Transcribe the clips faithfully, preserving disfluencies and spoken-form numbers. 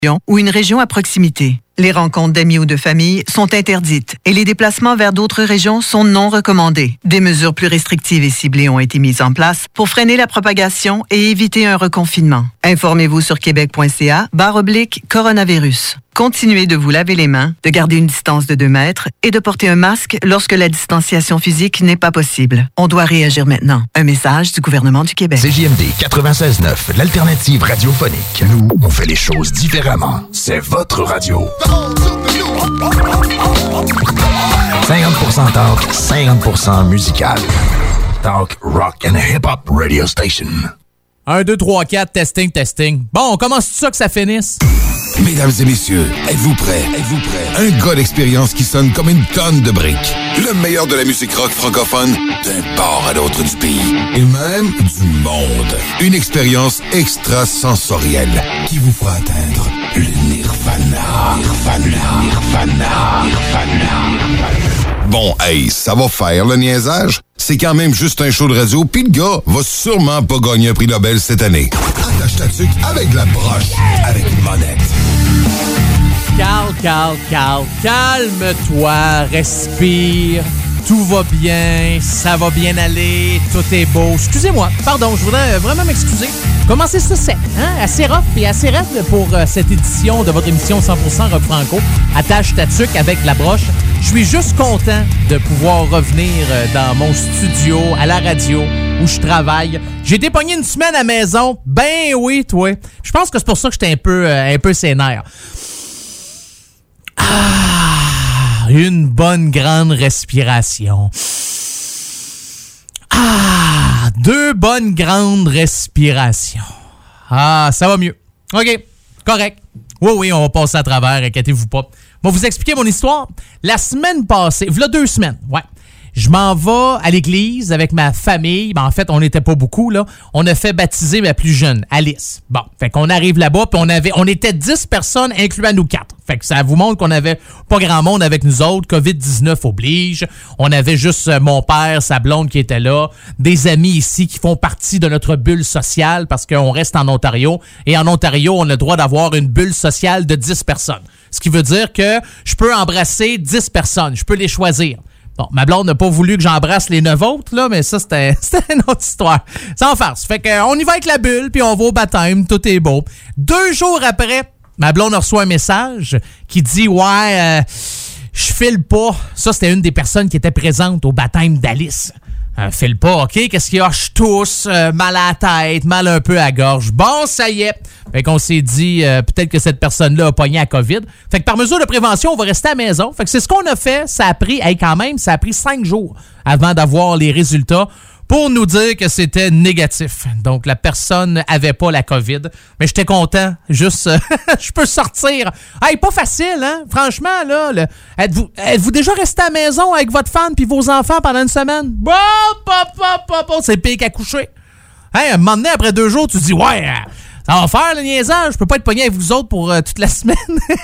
ou une région à proximité. Les rencontres d'amis ou de famille sont interdites et les déplacements vers d'autres régions sont non recommandés. Des mesures plus restrictives et ciblées ont été mises en place pour freiner la propagation et éviter un reconfinement. Informez-vous sur québec.ca barre oblique coronavirus. Continuez de vous laver les mains, de garder une distance de deux mètres et de porter un masque lorsque la distanciation physique n'est pas possible. On doit réagir maintenant. Un message du gouvernement du Québec. C J M D quatre-vingt-seize neuf, l'alternative radiophonique. Nous, on fait les choses différemment. C'est votre radio. cinquante pour cent talk, cinquante pour cent musical. Talk, rock and hip-hop radio station. un, deux, trois, quatre, testing, testing. Bon, on commence tout ça que ça finisse. Mesdames et messieurs, êtes-vous prêts? Êtes-vous prêts? Un gars d'expérience qui sonne comme une tonne de briques. Le meilleur de la musique rock francophone d'un port à l'autre du pays. Et même du monde. Une expérience extrasensorielle qui vous fera atteindre le nirvana. Nirvana. Nirvana. Nirvana. Bon, hey, ça va faire le niaisage. C'est quand même juste un show de radio, pis le gars va sûrement pas gagner un prix Nobel cette année. Attache ta tuque avec de la broche, avec une monette. Carl, Carl, Carl, calme-toi, respire. Tout va bien, ça va bien aller, tout est beau. Excusez-moi, pardon, je voudrais vraiment m'excuser. Commencez ça sec, hein? Assez rough et assez raide pour euh, cette édition de votre émission cent pour cent Rock Franco. Attache ta tuque avec la broche. Je suis juste content de pouvoir revenir euh, dans mon studio, à la radio, où je travaille. J'ai été pogné une semaine à la maison. Ben oui, toi. Je pense que c'est pour ça que j'étais un peu, euh, un peu sénère. Ah, une bonne grande respiration. Ah, deux bonnes grandes respirations. Ah, ça va mieux. OK, correct. Oui, oui, on va passer à travers, inquiétez-vous pas. Je vais vous expliquer mon histoire. La semaine passée, voilà deux semaines, ouais. Je m'en vais à l'église avec ma famille. Ben, en fait, on n'était pas beaucoup, là. On a fait baptiser ma plus jeune, Alice. Bon, fait qu'on arrive là-bas, puis on avait, on était dix personnes, incluant nous quatre. Fait que ça vous montre qu'on avait pas grand monde avec nous autres. covid dix-neuf oblige. On avait juste mon père, sa blonde qui était là, des amis ici qui font partie de notre bulle sociale parce qu'on reste en Ontario. Et en Ontario, on a le droit d'avoir une bulle sociale de dix personnes. Ce qui veut dire que je peux embrasser dix personnes. Je peux les choisir. Bon, ma blonde n'a pas voulu que j'embrasse les neuf autres, là, mais ça, c'était, c'était une autre histoire. C'est en farce. Fait qu'on y va avec la bulle, puis on va au baptême, tout est beau. Deux jours après, ma blonde reçoit un message qui dit « Ouais, euh, je file pas. » Ça, c'était une des personnes qui était présente au baptême d'Alice. Euh, file pas, OK? Qu'est-ce qu'il y a? Je tousse, euh, mal à la tête, mal un peu à la gorge. Bon, ça y est. Fait qu'on s'est dit, euh, peut-être que cette personne-là a pogné à COVID. Fait que par mesure de prévention, on va rester à la maison. Fait que c'est ce qu'on a fait. Ça a pris, hey, quand même, ça a pris cinq jours avant d'avoir les résultats pour nous dire que c'était négatif. Donc, la personne avait pas la COVID. Mais j'étais content. Juste, euh, je peux sortir. Hey, pas facile, hein? Franchement, là, le, êtes-vous, êtes-vous déjà resté à la maison avec votre femme puis vos enfants pendant une semaine? Bon, papa, papa, c'est pire qu'à coucher. Hey, un moment donné, après deux jours, tu te dis, ouais, ça va faire le niaisage. Je peux pas être pogné avec vous autres pour euh, toute la semaine.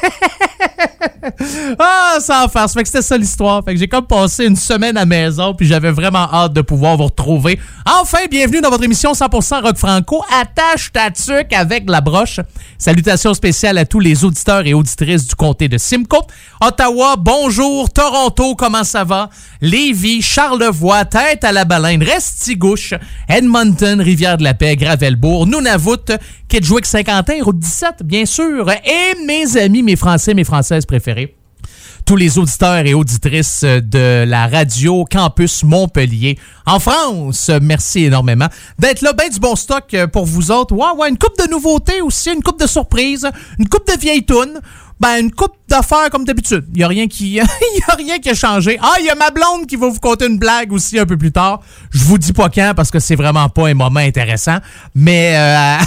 Ah, ça va faire. Ça fait que c'était ça l'histoire. Fait que j'ai comme passé une semaine à la maison puis j'avais vraiment hâte de pouvoir vous retrouver. Enfin, bienvenue dans votre émission cent pour cent Rock Franco. Attache ta tuque avec la broche. Salutations spéciales à tous les auditeurs et auditrices du comté de Simcoe. Ottawa, bonjour. Toronto, comment ça va? Lévis, Charlevoix, Tête à la Baleine, Restigouche, Edmonton, Rivière-de-la-Paix, Gravelbourg, Nunavut, Kedgewick-Saint-Quentin, Route dix-sept, bien sûr. Et mes amis, mes Français, mes Françaises préférés. Tous les auditeurs et auditrices de la radio Campus Montpellier en France. Merci énormément d'être là. Ben du bon stock pour vous autres. Ouais, ouais, une coupe de nouveautés aussi, une coupe de surprises, une coupe de vieilles tounes. Ben, une coupe d'affaires comme d'habitude. Il n'y a rien qui, il y a rien qui a changé. Ah, il y a ma blonde qui va vous conter une blague aussi un peu plus tard. Je vous dis pas quand parce que c'est vraiment pas un moment intéressant. Mais, euh...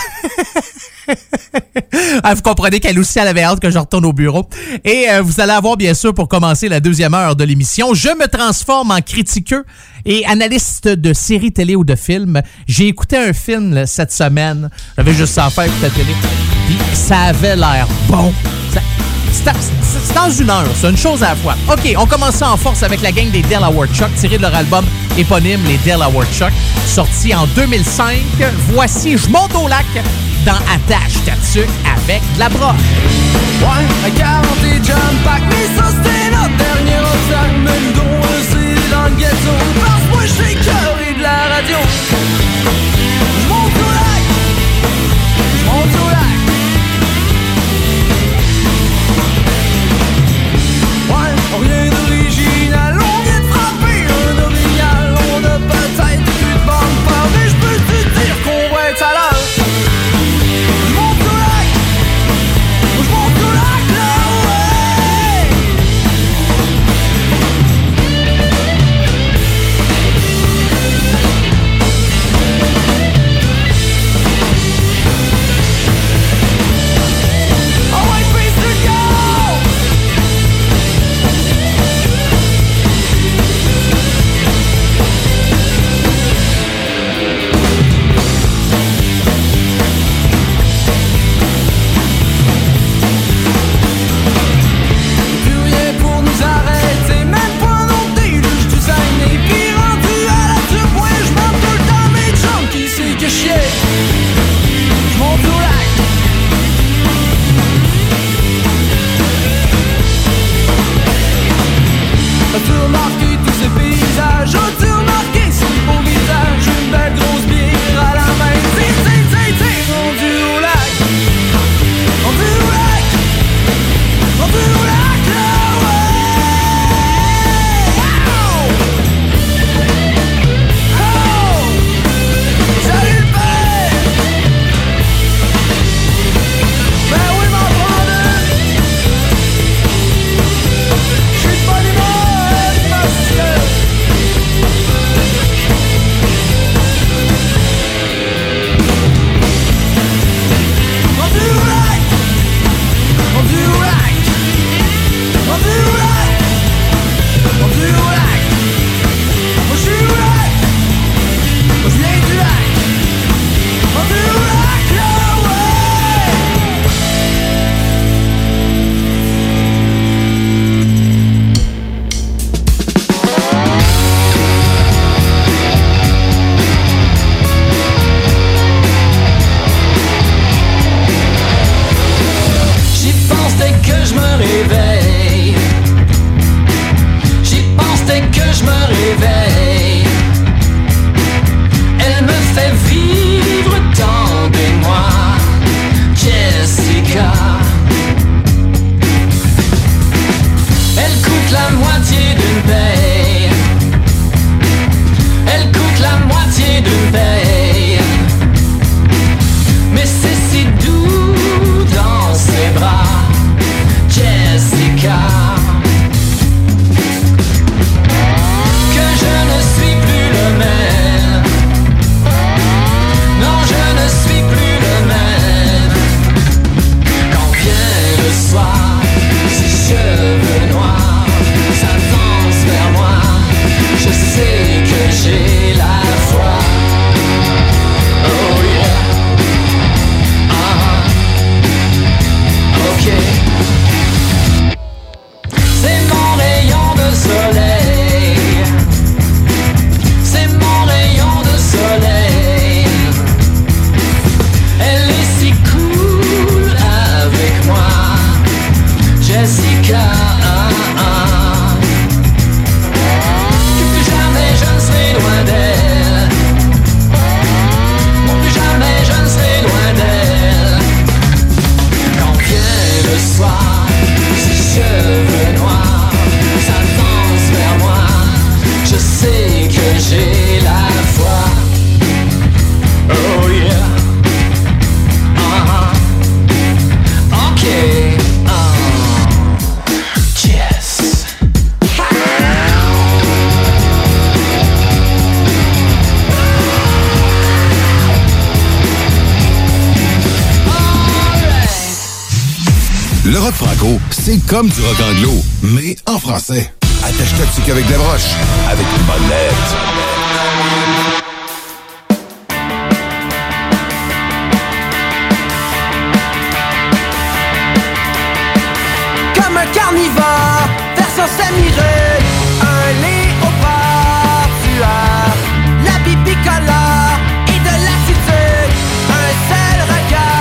ah, vous comprenez qu'elle aussi, elle avait hâte que je retourne au bureau. Et euh, vous allez avoir, bien sûr, pour commencer la deuxième heure de l'émission, je me transforme en critiqueux et analyste de séries télé ou de films. J'ai écouté un film là, cette semaine. J'avais juste ça à faire écouter la télé. Puis ça avait l'air bon. Ça, c'est, c'est dans une heure, c'est une chose à la fois. OK, on commence ça en force avec la gang des Delaware Chuck, tiré de leur album éponyme, les Delaware Chuck, sorti en deux mille cinq. Voici Je monte au lac dans Attache ta tuque avec de la broche. Ouais, à quarante et jump pack, mais ça c'était notre dernier obstacle. Mais nous donc c'est dans le ghetto, parce que moi j'ai cœuré de la radio. J'monte au lac, j'monte au lac. Ouais, on vient d'original, on vient de frapper un original. On a peut-être plus de bonne part, mais j'peux te dire qu'on va être à l'heure. As-tu remarqué tous ces paysages? As-tu remarqué ces beaux visages? Une belle grosse bière à la main. T'es, t'es, t'es, t'es rendu au lac. Rendu au lac. Rendu au lac, là, ouais. Oh! Oh! Salut le père! Ben oui, ma brother! J'suis pas des morts! Le rock franco, c'est comme du rock anglo, mais en français. Attache ta tuque avec des broches, avec une bonne lettre. Comme un carnivore, version samiré, un léopard tueur, la bibicolore et de l'attitude, un seul regard.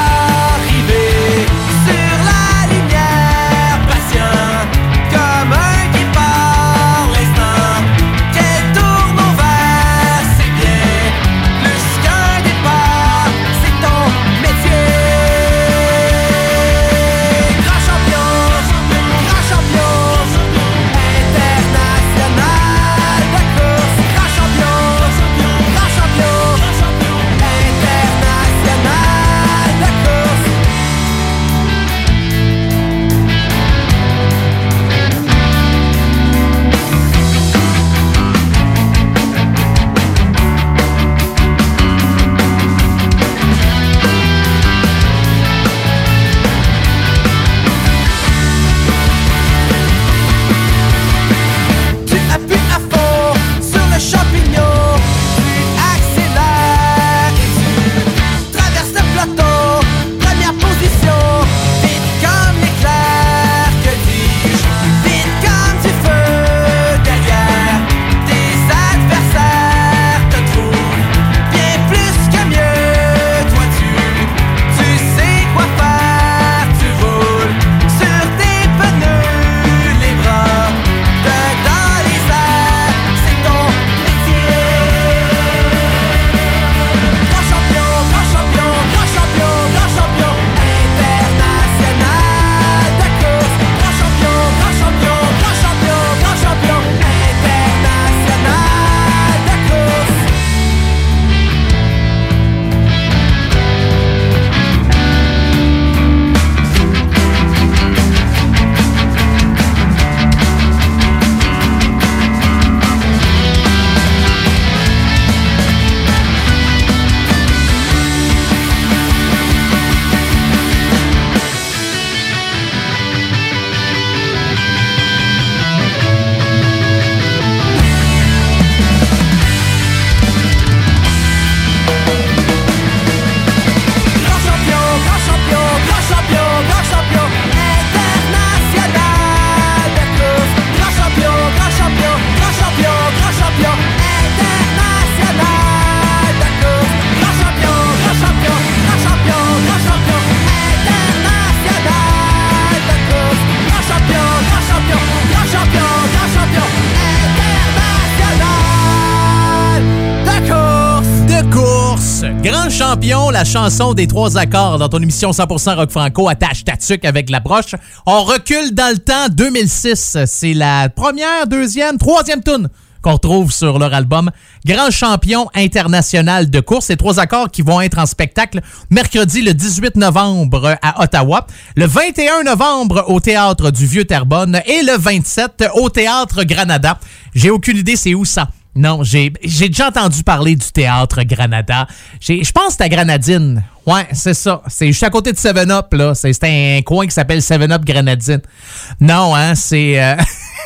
Grand Champion, la chanson des trois accords dans ton émission cent pour cent rock franco, attache ta tuque avec la broche. On recule dans le temps, deux mille six. C'est la première, deuxième, troisième tune qu'on retrouve sur leur album Grand Champion international de course. Les trois accords qui vont être en spectacle mercredi le dix-huit novembre à Ottawa, le vingt et un novembre au Théâtre du Vieux-Terrebonne et le vingt-sept au Théâtre Granada. J'ai aucune idée c'est où ça. Non, j'ai j'ai déjà entendu parler du Théâtre Granada. Je pense que c'est à Grenadine. Ouais, c'est ça. C'est juste à côté de seven up, là. C'est un coin qui s'appelle seven up Grenadine. Non, hein, c'est... Euh...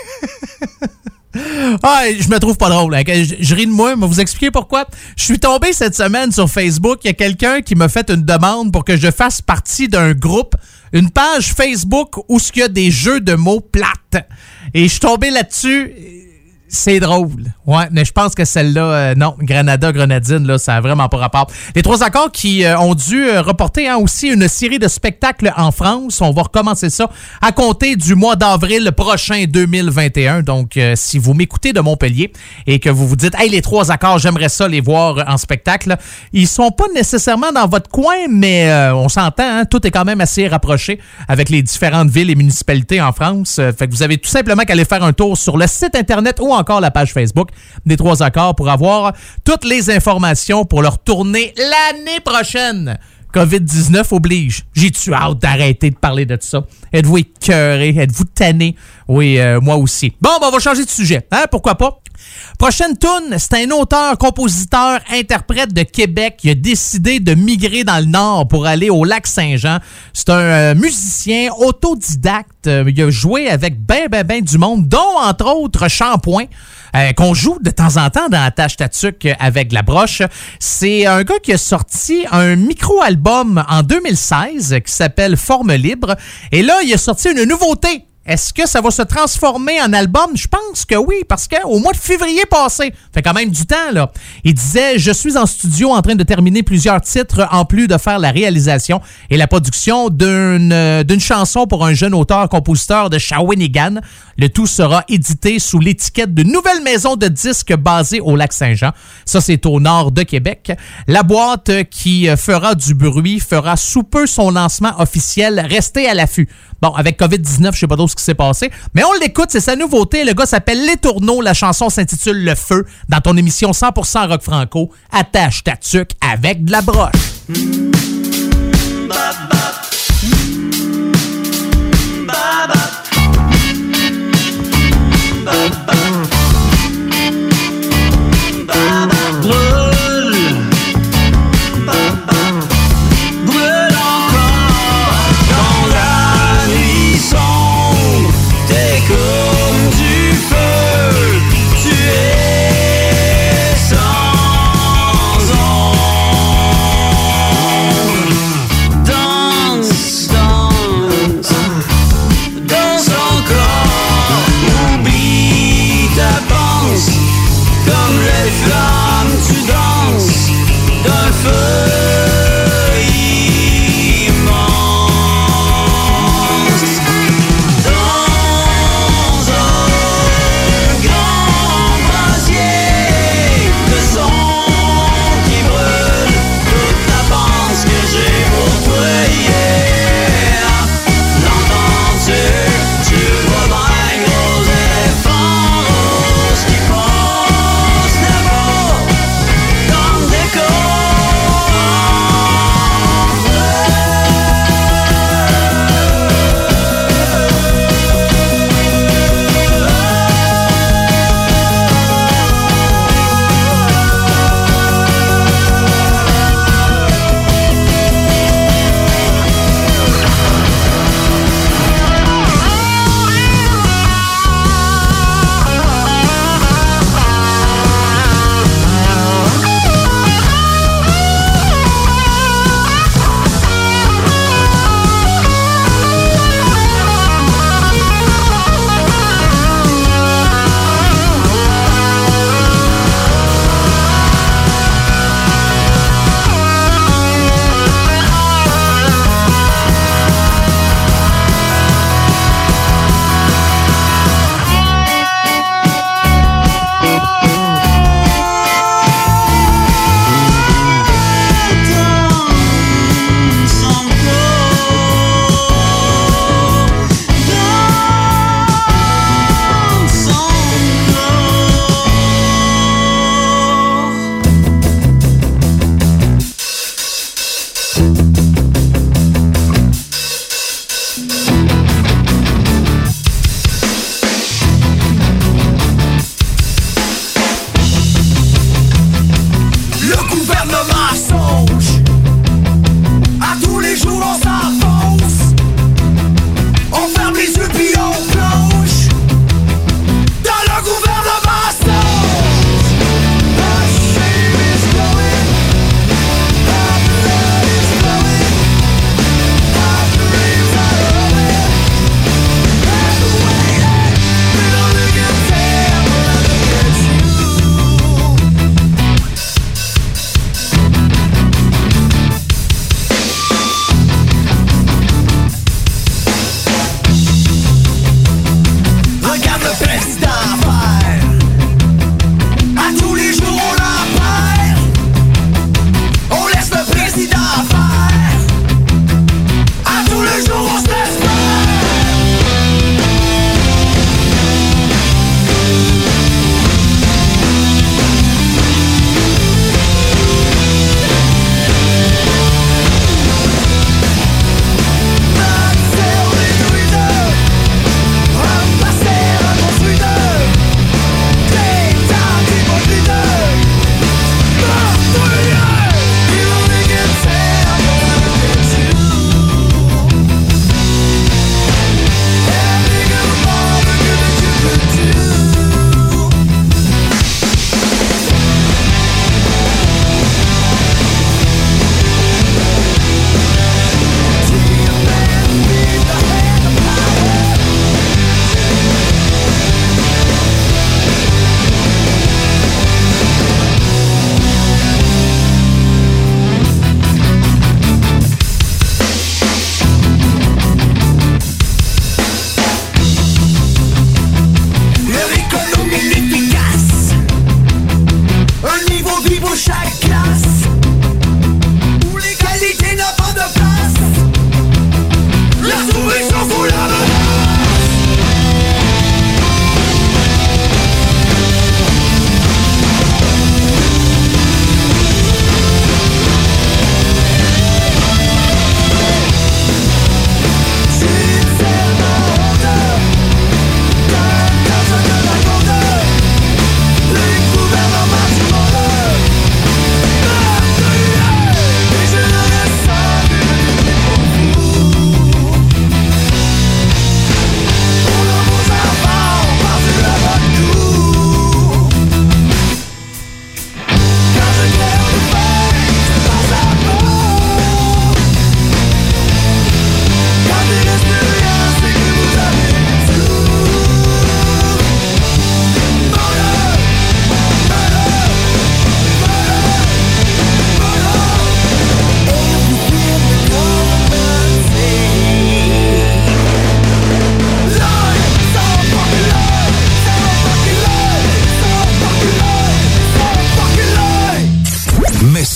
Ah, je me trouve pas drôle. Hein. Je, je ris de moi, mais vous expliquer pourquoi. Je suis tombé cette semaine sur Facebook. Il y a quelqu'un qui m'a fait une demande pour que je fasse partie d'un groupe, une page Facebook où il y a des jeux de mots plates. Et je suis tombé là-dessus. C'est drôle. Ouais, mais je pense que celle-là, euh, non, Granada, Grenadine, là, ça a vraiment pas rapport. Les trois accords qui euh, ont dû euh, reporter hein, aussi une série de spectacles en France. On va recommencer ça à compter du mois d'avril prochain deux mille vingt et un. Donc, euh, si vous m'écoutez de Montpellier et que vous vous dites, hey, les trois accords, j'aimerais ça les voir en spectacle, ils sont pas nécessairement dans votre coin, mais euh, on s'entend, hein, tout est quand même assez rapproché avec les différentes villes et municipalités en France. Euh, fait que vous avez tout simplement qu'à aller faire un tour sur le site Internet ou en encore la page Facebook des trois accords pour avoir toutes les informations pour leur tournée l'année prochaine. covid dix-neuf oblige. J'ai-tu hâte d'arrêter de parler de ça? Êtes-vous écœurés? Êtes-vous tannés? Oui, euh, moi aussi. Bon, ben, on va changer de sujet. Hein? Pourquoi pas? Prochaine toune, c'est un auteur, compositeur, interprète de Québec qui a décidé de migrer dans le Nord pour aller au Lac-Saint-Jean. C'est un euh, musicien autodidacte. Euh, il a joué avec ben, ben, ben du monde, dont, entre autres, Shampoing, euh, qu'on joue de temps en temps dans Attache ta tuque avec la broche. C'est un gars qui a sorti un micro-album en deux mille seize qui s'appelle Forme libre. Et là, il a sorti une nouveauté. Est-ce que ça va se transformer en album? Je pense que oui, parce qu'au mois de février passé, fait quand même du temps, là, il disait « Je suis en studio en train de terminer plusieurs titres en plus de faire la réalisation et la production d'une euh, d'une chanson pour un jeune auteur-compositeur de Shawinigan. Le tout sera édité sous l'étiquette d'une nouvelle maison de disques basée au Lac-Saint-Jean. Ça, c'est au nord de Québec. La boîte qui fera du bruit fera sous peu son lancement officiel. Restez à l'affût. » Bon, avec covid dix-neuf, je sais pas trop ce qui s'est passé, mais on l'écoute, c'est sa nouveauté. Le gars s'appelle Les Tourneaux. La chanson s'intitule Le Feu. Dans ton émission cent pour cent rock franco, attache ta tuque avec de la broche. Mmh, ba, ba. Mmh, ba, ba. Ba, ba. Ba, ba. Brûle. Ba, ba. Brûle encore dans la nuit sombre. T'es comme du feu. Tu es sans ombre. Dans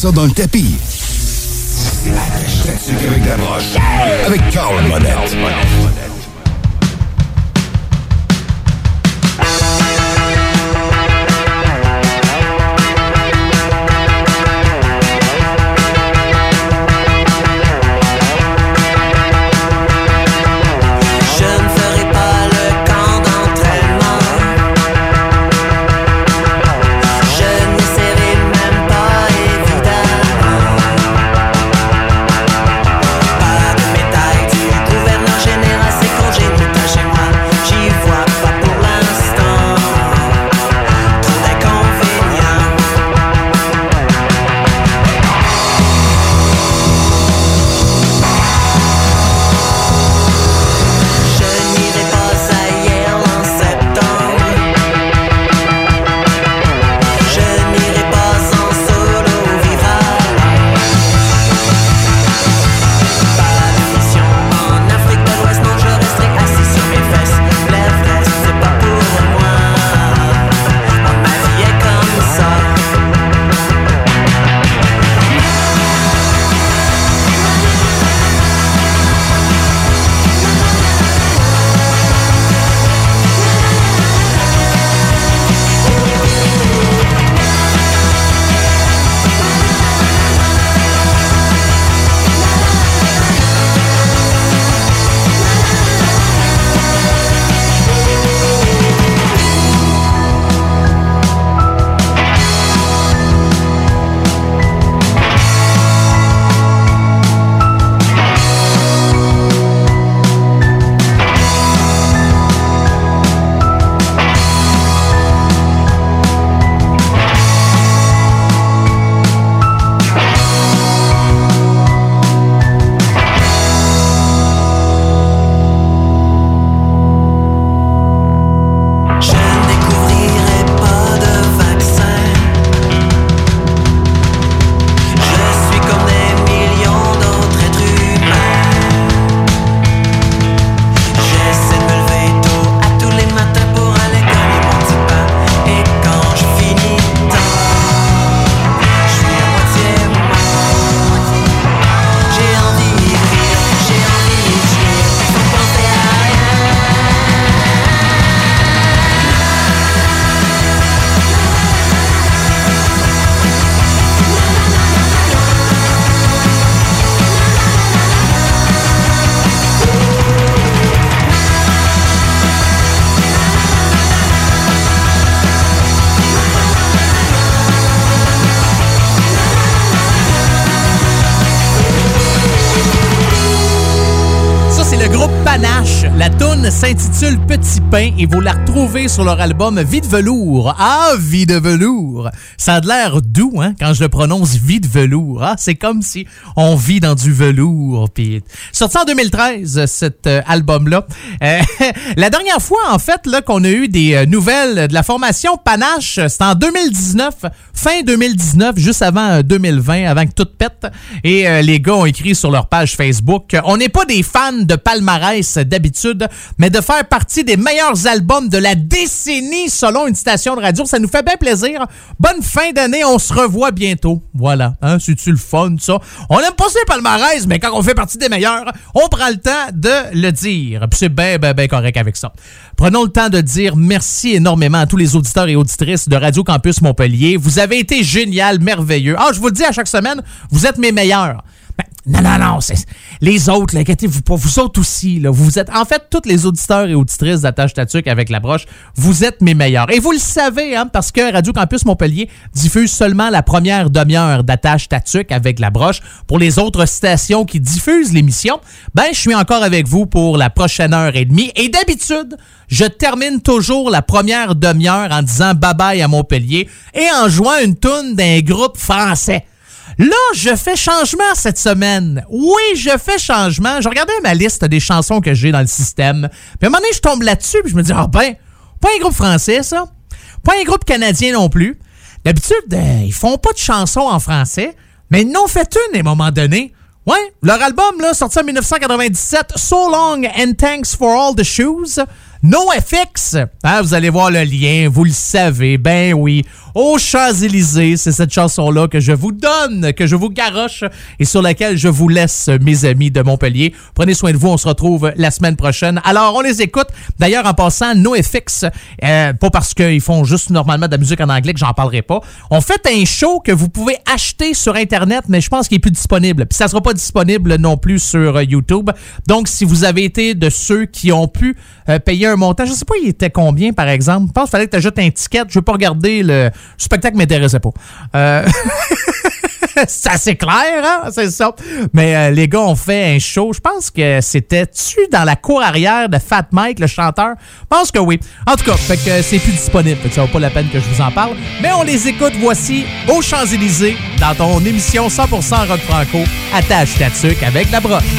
ça dans le tapis. Attache ta tuque avec la broche. Avec Carl Monette. La toune s'intitule Petit Pain et vous la retrouvez sur leur album Vie de velours. Ah, Vie de velours. Ça a de l'air doux, hein, quand je le prononce Vie de velours. Ah, c'est comme si on vit dans du velours. Puis, sorti en deux mille treize, cet euh, album-là. Euh, la dernière fois, en fait, là, qu'on a eu des euh, nouvelles de la formation Panache, c'était en deux mille dix-neuf, fin deux mille dix-neuf, juste avant euh, deux mille vingt, avant que tout pète. Et euh, les gars ont écrit sur leur page Facebook, on n'est pas des fans de palmarès d'habitude, mais de faire partie des meilleurs albums de la décennie selon une station de radio. Ça nous fait bien plaisir. Bonne fin d'année, on se revoit bientôt. Voilà, hein, c'est-tu le fun, ça? On aime pas ces palmarès, mais quand on fait partie des meilleurs, on prend le temps de le dire. Puis c'est bien, bien, bien correct avec ça. Prenons le temps de dire merci énormément à tous les auditeurs et auditrices de Radio Campus Montpellier. Vous avez été génial, merveilleux. Ah, je vous le dis à chaque semaine, vous êtes mes meilleurs. Ben, non, non, non, c'est les autres, là, inquiétez-vous pas, vous autres aussi, là, vous êtes, en fait, tous les auditeurs et auditrices d'Attache ta tuque avec la broche, vous êtes mes meilleurs. Et vous le savez, hein, parce que Radio Campus Montpellier diffuse seulement la première demi-heure d'Attache ta tuque avec la broche. Pour les autres stations qui diffusent l'émission, ben, je suis encore avec vous pour la prochaine heure et demie. Et d'habitude, je termine toujours la première demi-heure en disant bye-bye à Montpellier et en jouant une toune d'un groupe français. Là, je fais changement cette semaine. Oui, je fais changement. Je regardais ma liste des chansons que j'ai dans le système. Puis à un moment donné, je tombe là-dessus puis je me dis, ah ben, pas un groupe français, ça. Pas un groupe canadien non plus. D'habitude, euh, ils font pas de chansons en français, mais ils n'ont fait une à un moment donné. Ouais, leur album, là, sorti en dix-neuf cent quatre-vingt-dix-sept, So Long and Thanks for All the Shoes. NoFX. Hein, vous allez voir le lien, vous le savez, ben oui. Aux Champs-Élysées, c'est cette chanson-là que je vous donne, que je vous garoche et sur laquelle je vous laisse, mes amis de Montpellier. Prenez soin de vous, on se retrouve la semaine prochaine. Alors, on les écoute. D'ailleurs, en passant, NoFX, euh, pas parce qu'ils font juste normalement de la musique en anglais que j'en parlerai pas. On fait un show que vous pouvez acheter sur Internet, mais je pense qu'il est plus disponible. Puis ça sera pas disponible non plus sur euh, YouTube. Donc, si vous avez été de ceux qui ont pu euh, payer un montant, je sais pas il était combien, par exemple. Je pense qu'il fallait que tu ajoutes un ticket. Je veux pas regarder le... Le spectacle m'intéressait pas. Euh... c'est assez clair, hein? C'est ça. Mais euh, les gars ont fait un show. Je pense que c'était-tu dans la cour arrière de Fat Mike, le chanteur? Je pense que oui. En tout cas, fait que c'est plus disponible. Fait que ça vaut pas la peine que je vous en parle. Mais on les écoute, voici, aux Champs-Élysées, dans ton émission cent pour cent rock franco. Attache ta tuque avec la broche.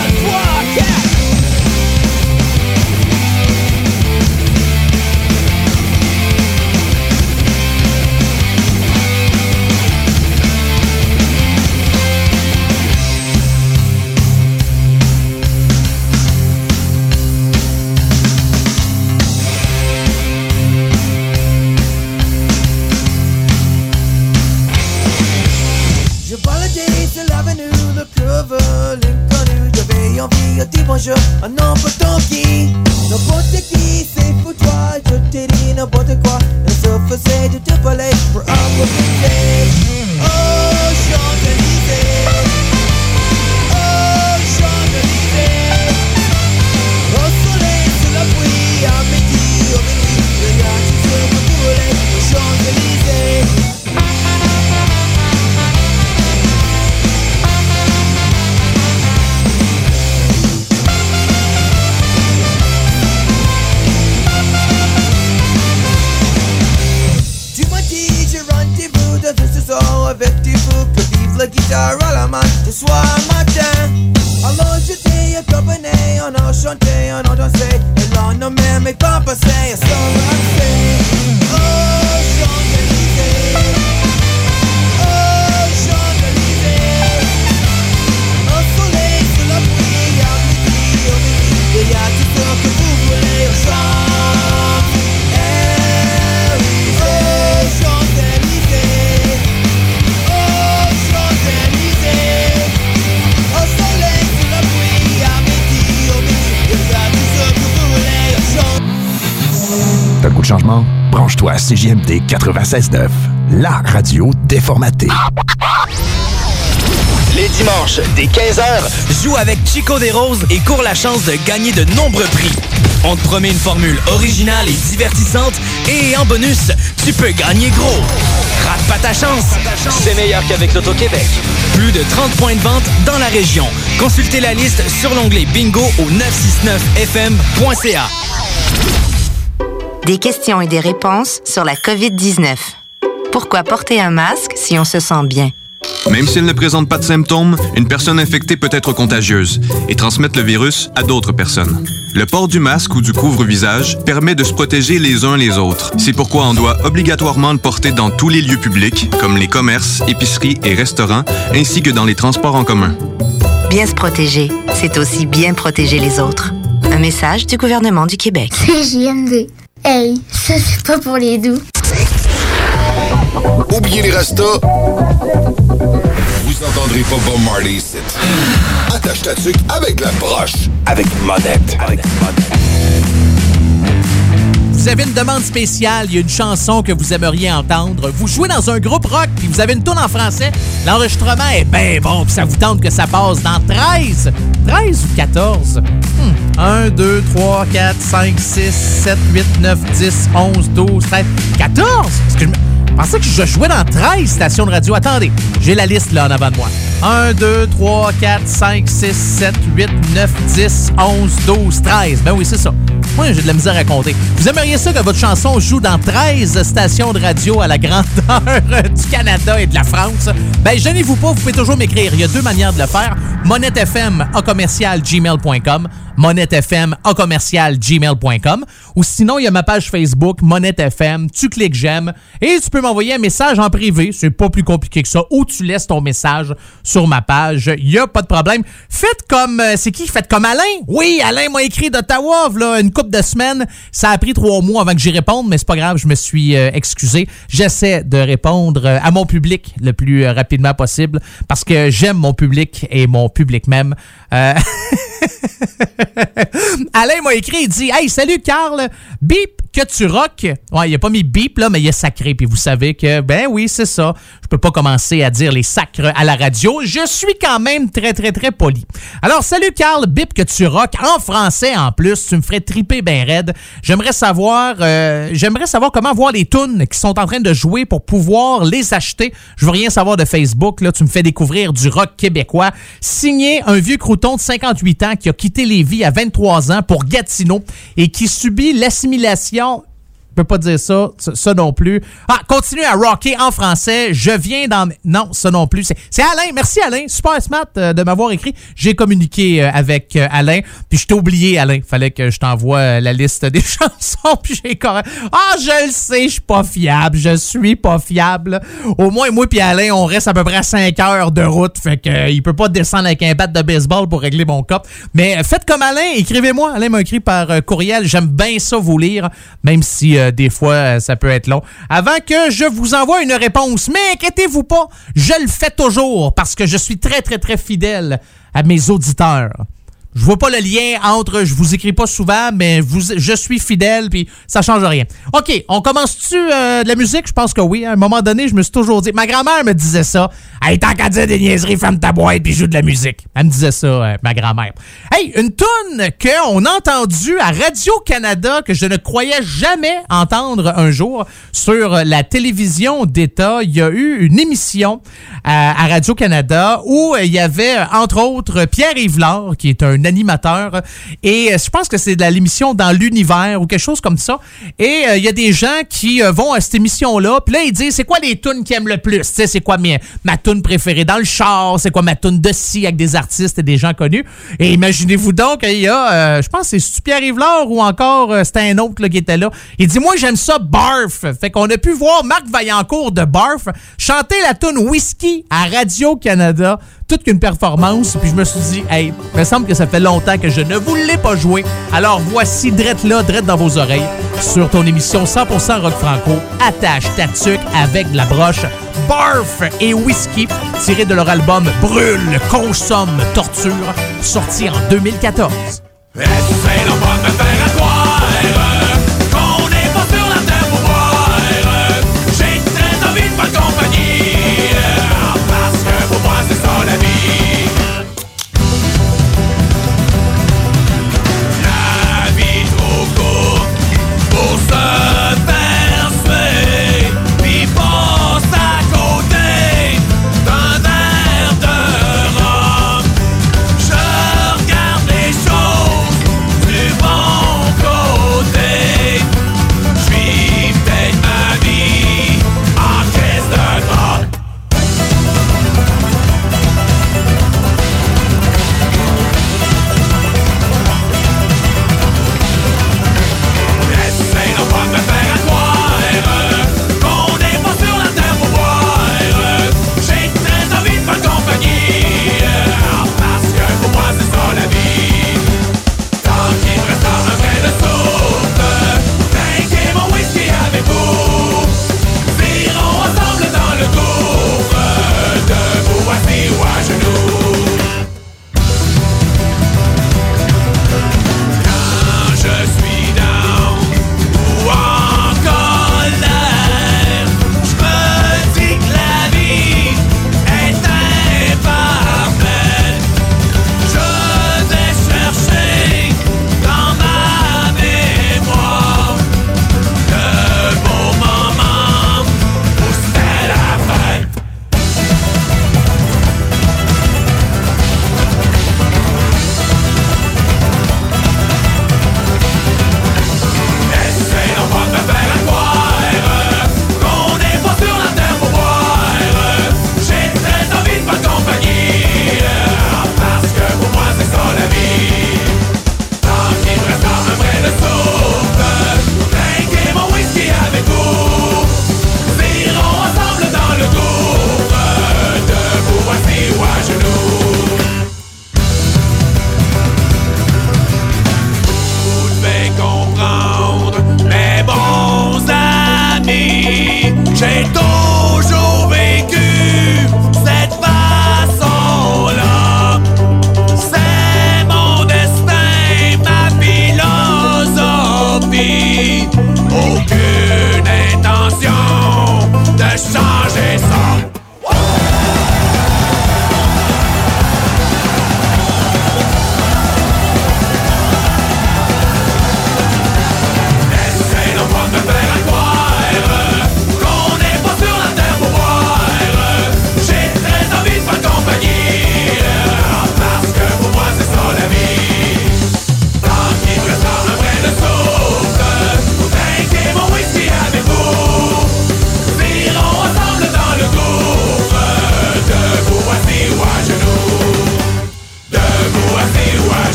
Bonjour, un n'importe qui, n'importe qui, c'est pour toi, je t'ai dit n'importe quoi, ne se faisait de te parler pour un profiter. Oh, Champs-Élysées, oh, Champs-Élysées, au soleil, sous la pluie, à midi, au minuit, il y a tout ce que vous voulez, aux Champs-Élysées. Avec des fous que vive la guitare à la main de soir matin. Alors j'étais accompagné, on a chanté, on a dansé, et l'on n'a même pas passé à s'embrasser. Oh, Champs-Élysées, oh, Champs-Élysées, au soleil, sous la pluie, à midi, au minuit, il y a tout ce que vous voulez aux Champs-Élysées, oh, Champs-Élysées. T'as le goût de changement? Branche-toi à C J M D quatre-vingt-seize neuf, la radio déformatée. Les dimanches, dès quinze heures, joue avec Chico des Roses et cours la chance de gagner de nombreux prix. On te promet une formule originale et divertissante et en bonus, tu peux gagner gros. Rate pas ta chance, c'est meilleur qu'avec l'Auto-Québec. Plus de trente points de vente dans la région. Consultez la liste sur l'onglet Bingo au neuf cent soixante-neuf F M point C A. Des questions et des réponses sur la covid dix-neuf. Pourquoi porter un masque si on se sent bien? Même s'il ne présente pas de symptômes, une personne infectée peut être contagieuse et transmettre le virus à d'autres personnes. Le port du masque ou du couvre-visage permet de se protéger les uns les autres. C'est pourquoi on doit obligatoirement le porter dans tous les lieux publics, comme les commerces, épiceries et restaurants, ainsi que dans les transports en commun. Bien se protéger, c'est aussi bien protéger les autres. Un message du gouvernement du Québec. C J M D. Hey, ça c'est pas pour les doux. Oubliez les rastas. Vous entendrez pas Bob Marley ici. Attache ta tuque avec la broche. Avec Monette. Avec Monette. Vous avez une demande spéciale, il y a une chanson que vous aimeriez entendre. Vous jouez dans un groupe rock, puis vous avez une tourne en français. L'enregistrement est bien bon, puis ça vous tente que ça passe dans treize. treize ou quatorze? Hmm. un, deux, trois, quatre, cinq, six, sept, huit, neuf, dix, onze, douze, treize, quatorze? Est-ce que je me... Je pensais que je jouais dans treize stations de radio. Attendez, j'ai la liste là en avant de moi. un, deux, trois, quatre, cinq, six, sept, huit, neuf, dix, onze, douze, treize. Ben oui, c'est ça. Moi, j'ai de la misère à compter. Vous aimeriez ça que votre chanson joue dans treize stations de radio à la grandeur du Canada et de la France? Ben, gênez-vous pas, vous pouvez toujours m'écrire. Il y a deux manières de le faire. Monette F M à commercial gmail point com. Monette F M à commercial gmail point com. Ou sinon, il y a ma page Facebook, Monette F M. Tu cliques j'aime et tu peux m'envoyer un message en privé. C'est pas plus compliqué que ça. Ou tu laisses ton message sur ma page. Il y a pas de problème. Faites comme... Euh, c'est qui? Faites comme Alain. Oui, Alain m'a écrit d'Ottawa, là, une couple de semaines. Ça a pris trois mois avant que j'y réponde, mais c'est pas grave, je me suis euh, excusé. J'essaie de répondre euh, à mon public le plus euh, rapidement possible parce que j'aime mon public et mon public même. Euh... Alain m'a écrit, il dit « Hey, salut Carl, bip que tu rock. » Ouais, il a pas mis bip, là, mais il a sacré. Puis vous savez que, ben oui, c'est ça. Je peux pas commencer à dire les sacres à la radio. Je suis quand même très, très, très poli. Alors, salut Carl, bip que tu rock. En français, en plus, tu me ferais triper ben raide. J'aimerais savoir, euh, j'aimerais savoir comment voir les tunes qui sont en train de jouer pour pouvoir les acheter. Je veux rien savoir de Facebook, là. Tu me fais découvrir du rock québécois. Signé un vieux crouton de cinquante-huit ans qui a quitté Lévis à vingt-trois ans pour Gatineau et qui subit l'assimilation. Je peux pas dire ça, ça, ça non plus. Ah, continue à rocker en français. Je viens dans... Non, ça non plus. C'est, c'est Alain. Merci Alain. Super smart euh, de m'avoir écrit. J'ai communiqué euh, avec euh, Alain. Puis je t'ai oublié, Alain. Fallait que je t'envoie euh, la liste des chansons. Puis j'ai correct. Ah, je le sais, je suis pas fiable. Je suis pas fiable. Au moins, moi puis Alain, on reste à peu près à cinq heures de route. Fait que euh, il peut pas descendre avec un bat de baseball pour régler mon cas. Mais euh, faites comme Alain. Écrivez-moi. Alain m'a écrit par euh, courriel. J'aime bien ça vous lire. Même si... Euh, des fois, ça peut être long. Avant que je vous envoie une réponse, mais inquiétez-vous pas, je le fais toujours parce que je suis très, très, très fidèle à mes auditeurs. Je vois pas le lien entre, je vous écris pas souvent, mais vous, je suis fidèle, puis ça change rien. OK, on commence-tu euh, de la musique? Je pense que oui. À un moment donné, je me suis toujours dit... Ma grand-mère me disait ça. Hey, tant qu'à dire des niaiseries, ferme ta boîte puis joue de la musique. Elle me disait ça, euh, ma grand-mère. Hey, une toune qu'on a entendue à Radio-Canada, que je ne croyais jamais entendre un jour, sur la télévision d'État. Il y a eu une émission à, à Radio-Canada où il y avait, entre autres, Pierre Yvelard, qui est un animateur, et je pense que c'est de l'émission Dans l'univers ou quelque chose comme ça, et il euh, y a des gens qui euh, vont à cette émission-là, puis là, ils disent, c'est quoi les tunes qu'ils aiment le plus? Tu sais, c'est quoi ma, ma tune préférée dans le char? C'est quoi ma tune de ci avec des artistes et des gens connus? Et imaginez-vous donc, il y a, euh, je pense que c'est Pierre Yvelard ou encore euh, c'était un autre là, qui était là. Il dit, moi, j'aime ça, Barf. Fait qu'on a pu voir Marc Vaillancourt de Barf chanter la tune Whisky à Radio-Canada, toute qu'une performance, puis je me suis dit, hey, il me semble que ça fait longtemps que je ne vous l'ai pas joué. Alors voici, drette là, drette dans vos oreilles, sur ton émission cent pour cent Rock Franco, attache ta tuque avec de la broche, Barf et Whisky, tiré de leur album Brûle, Consomme, Torture, sorti en deux mille quatorze. Est-ce que c'est l'envoi de me faire à croire qu'on n'est pas sur la terre pour boire? J'ai très envie de bonne compagnie, parce que pour moi c'est ça la vie. La vie trop courte pour se faire suer, puis passe à côté d'un verre de rhum. Je regarde les choses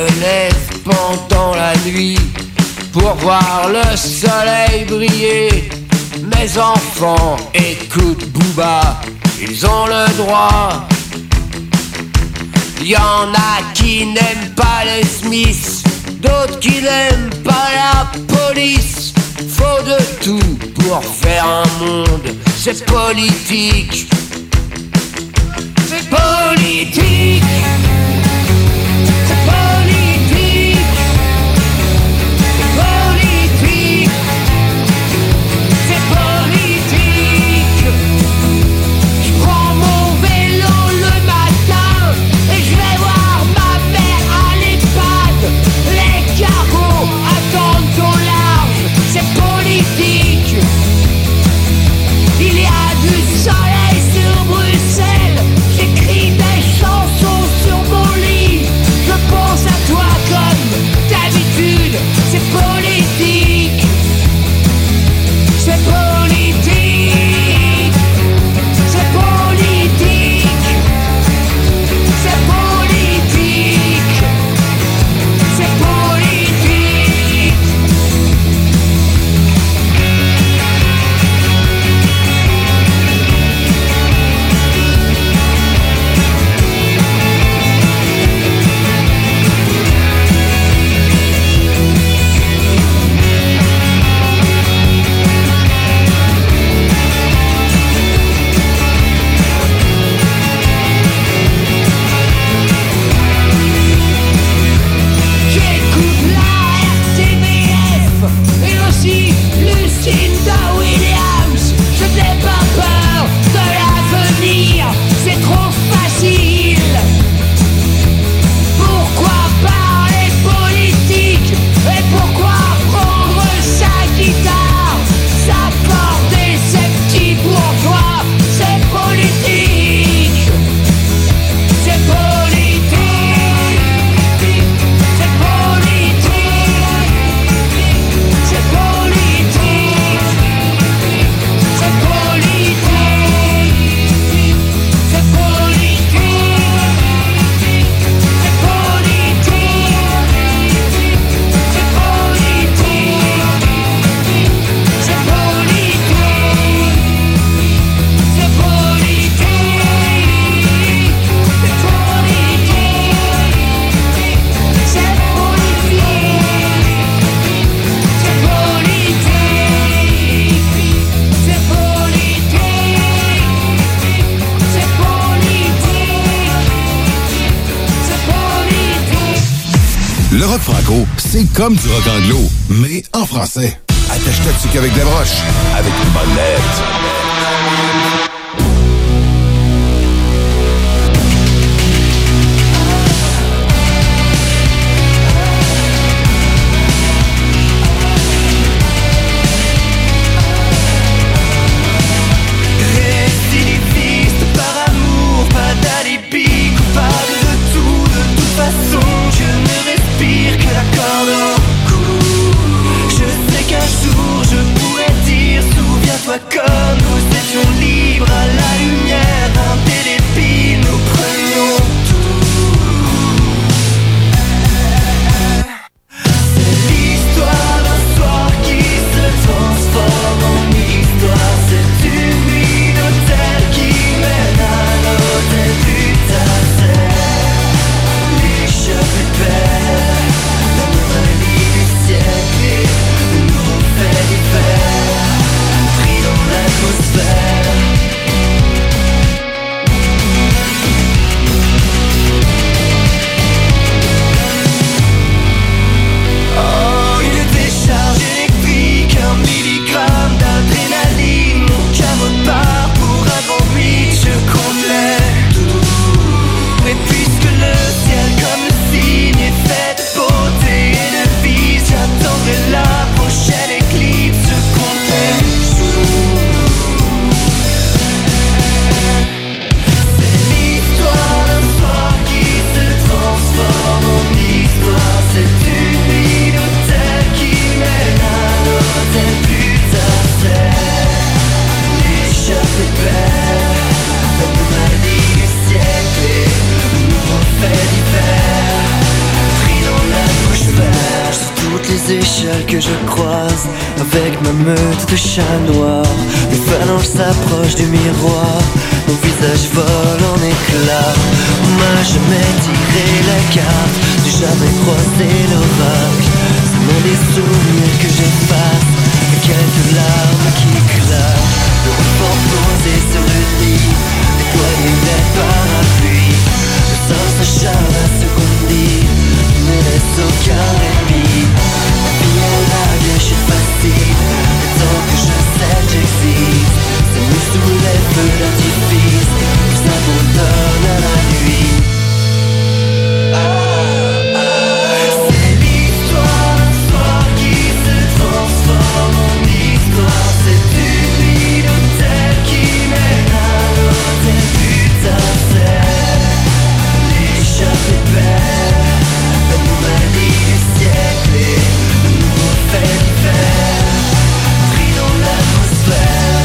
lève pendant la nuit pour voir le soleil briller. Mes enfants écoutent Booba, ils ont le droit. Y'en a qui n'aiment pas les Smiths, d'autres qui n'aiment pas la police. Faut de tout pour faire un monde, c'est politique. C'est politique. C'est politique. C'est politique. C'est politique. Je prends mon vélo le matin et je vais voir ma mère à l'EHPAD. Les cargos attendent au large, c'est politique. Il y a du soleil sur Bruxelles, j'écris des chansons sur mon lit. Je pense à toi comme d'habitude, c'est politique. C'est politique. C'est politique. C'est politique. C'est politique. J'écoute la R T B F et aussi Lucinda Williams. Je n'ai pas peur de l'avenir, c'est trop facile. Pourquoi parler politique et pourquoi prendre sa guitare, s'accorder ses petits bourgeois, c'est politique. C'est politique. C'est politique. C'est politique. C'est politique. C'est politique. C'est politique. C'est politique. C'est politique. Le rock franco, c'est comme du rock anglo, mais en français. Attache-toi dessus qu'avec des broches, avec une bonne lettre. Récidiviste par amour, pas d'alibi, coupable de tout, de toute façon. Je ne respire que la corde au cou. Je sais qu'un jour je pourrais dire souviens-toi comme échelles que je croise avec ma meute de chats noirs. Les phalanges s'approchent du miroir, mon visage vole en éclats. On m'a jamais tiré la carte, j'ai jamais croisé l'oracle. Ce sont des souvenirs que j'efface, et quelques larmes qui éclatent. Le refort posé sur le lit, des poignées des parapluies. Le sang s'acharne à ce qu'on dit, ne laisse aucun répit. La vie est la gâche facile, et tant que je sais j'existe. C'est nous sous les feux d'artifice, on s'abandonne à la nuit. C'est l'histoire d'un soir qui se transforme en histoire. C'est une nuit d'hôtel qui mène à l'hôtel. Putain, c'est l'échappée belle, la nouvelle vie du siècle et le nouveau fait d'hiver, pris dans l'atmosphère.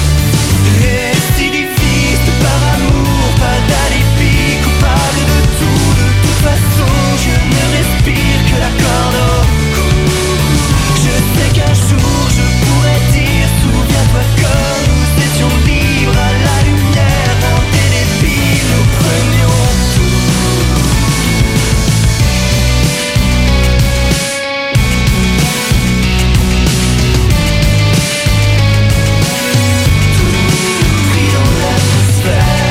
Récidiviste par amour, pas d'alibi, coupable de tout. De toute façon, je ne respire que la corde au cou. Je sais qu'un jour je pourrais dire, souviens-toi comme nous étions libres à la lumière indélébile, nous prenions tout. Pris dans l'atmosphère.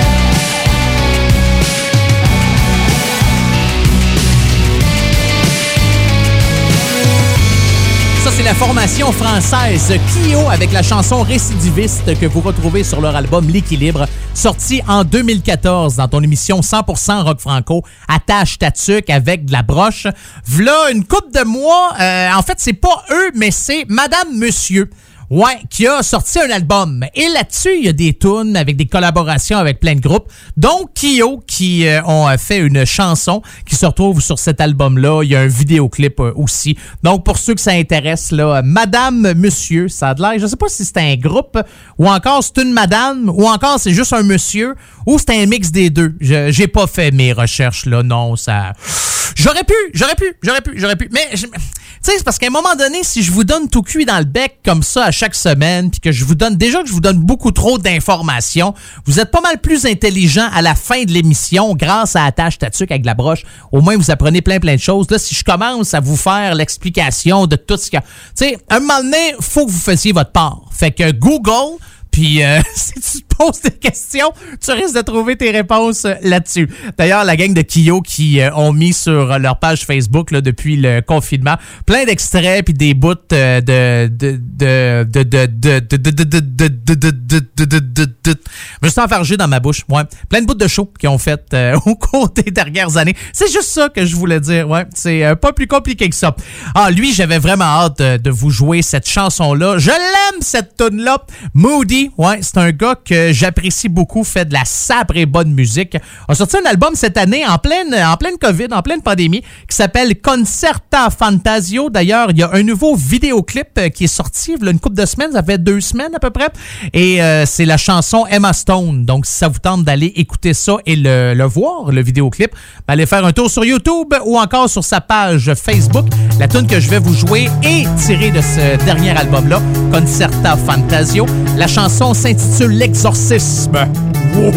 Ça, c'est la formation française Kyo avec la chanson Récidiviste que vous retrouvez sur leur album L'Équilibre, sorti en deux mille quatorze dans ton émission cent pour cent rock franco, Attache ta tuque avec de la broche. V'là une couple de mois, euh, en fait, c'est pas eux, mais c'est Madame Monsieur. Ouais, qui a sorti un album. Et là-dessus, il y a des tunes avec des collaborations avec plein de groupes, dont Kyo, qui euh, ont fait une chanson qui se retrouve sur cet album-là. Il y a un vidéoclip euh, aussi. Donc, pour ceux que ça intéresse, là, Madame Monsieur, ça a de l'air. Je sais pas si c'est un groupe, ou encore c'est une madame, ou encore c'est juste un monsieur, ou c'est un mix des deux. Je, j'ai pas fait mes recherches, là. Non, ça... J'aurais pu, j'aurais pu, j'aurais pu, j'aurais pu. Mais, je... tu sais, c'est parce qu'à un moment donné, si je vous donne tout cuit dans le bec comme ça à chaque semaine, puis que je vous donne, déjà que je vous donne beaucoup trop d'informations, vous êtes pas mal plus intelligent à la fin de l'émission grâce à Attache ta tuque avec de la broche. Au moins, vous apprenez plein, plein de choses. Là, si je commence à vous faire l'explication de tout ce qu'il y a... Tu sais, un moment donné, faut que vous fassiez votre part. Fait que Google... Puis, euh, si tu te poses des questions, tu risques de trouver tes réponses là-dessus. D'ailleurs, la gang de Kyo qui euh, ont mis sur leur page Facebook là, depuis le confinement plein d'extraits puis des bouts de de de de de de de de de de de de de de de de je me suis enfargé dans ma bouche. Ouais, plein de bouts de show qu'ils ont fait euh, au cours des dernières années. C'est juste ça que je voulais dire. Ouais, c'est euh, pas plus compliqué que ça. Ah, lui, j'avais vraiment hâte de, de vous jouer cette chanson-là. Je l'aime cette tune-là, Moody. Ouais, c'est un gars que j'apprécie beaucoup, fait de la sabre et bonne musique. A sorti un album cette année en pleine, en pleine COVID, en pleine pandémie, qui s'appelle Concerta Fantasio. D'ailleurs, il y a un nouveau vidéoclip qui est sorti il y a une couple de semaines, ça fait deux semaines à peu près. Et euh, c'est la chanson Emma Stone. Donc, si ça vous tente d'aller écouter ça et le, le voir, le vidéoclip, ben allez faire un tour sur YouTube ou encore sur sa page Facebook. La tune que je vais vous jouer est tirée de ce dernier album-là, Concerta Fantasio. La chanson s'intitule L'Exorcisme. Wow!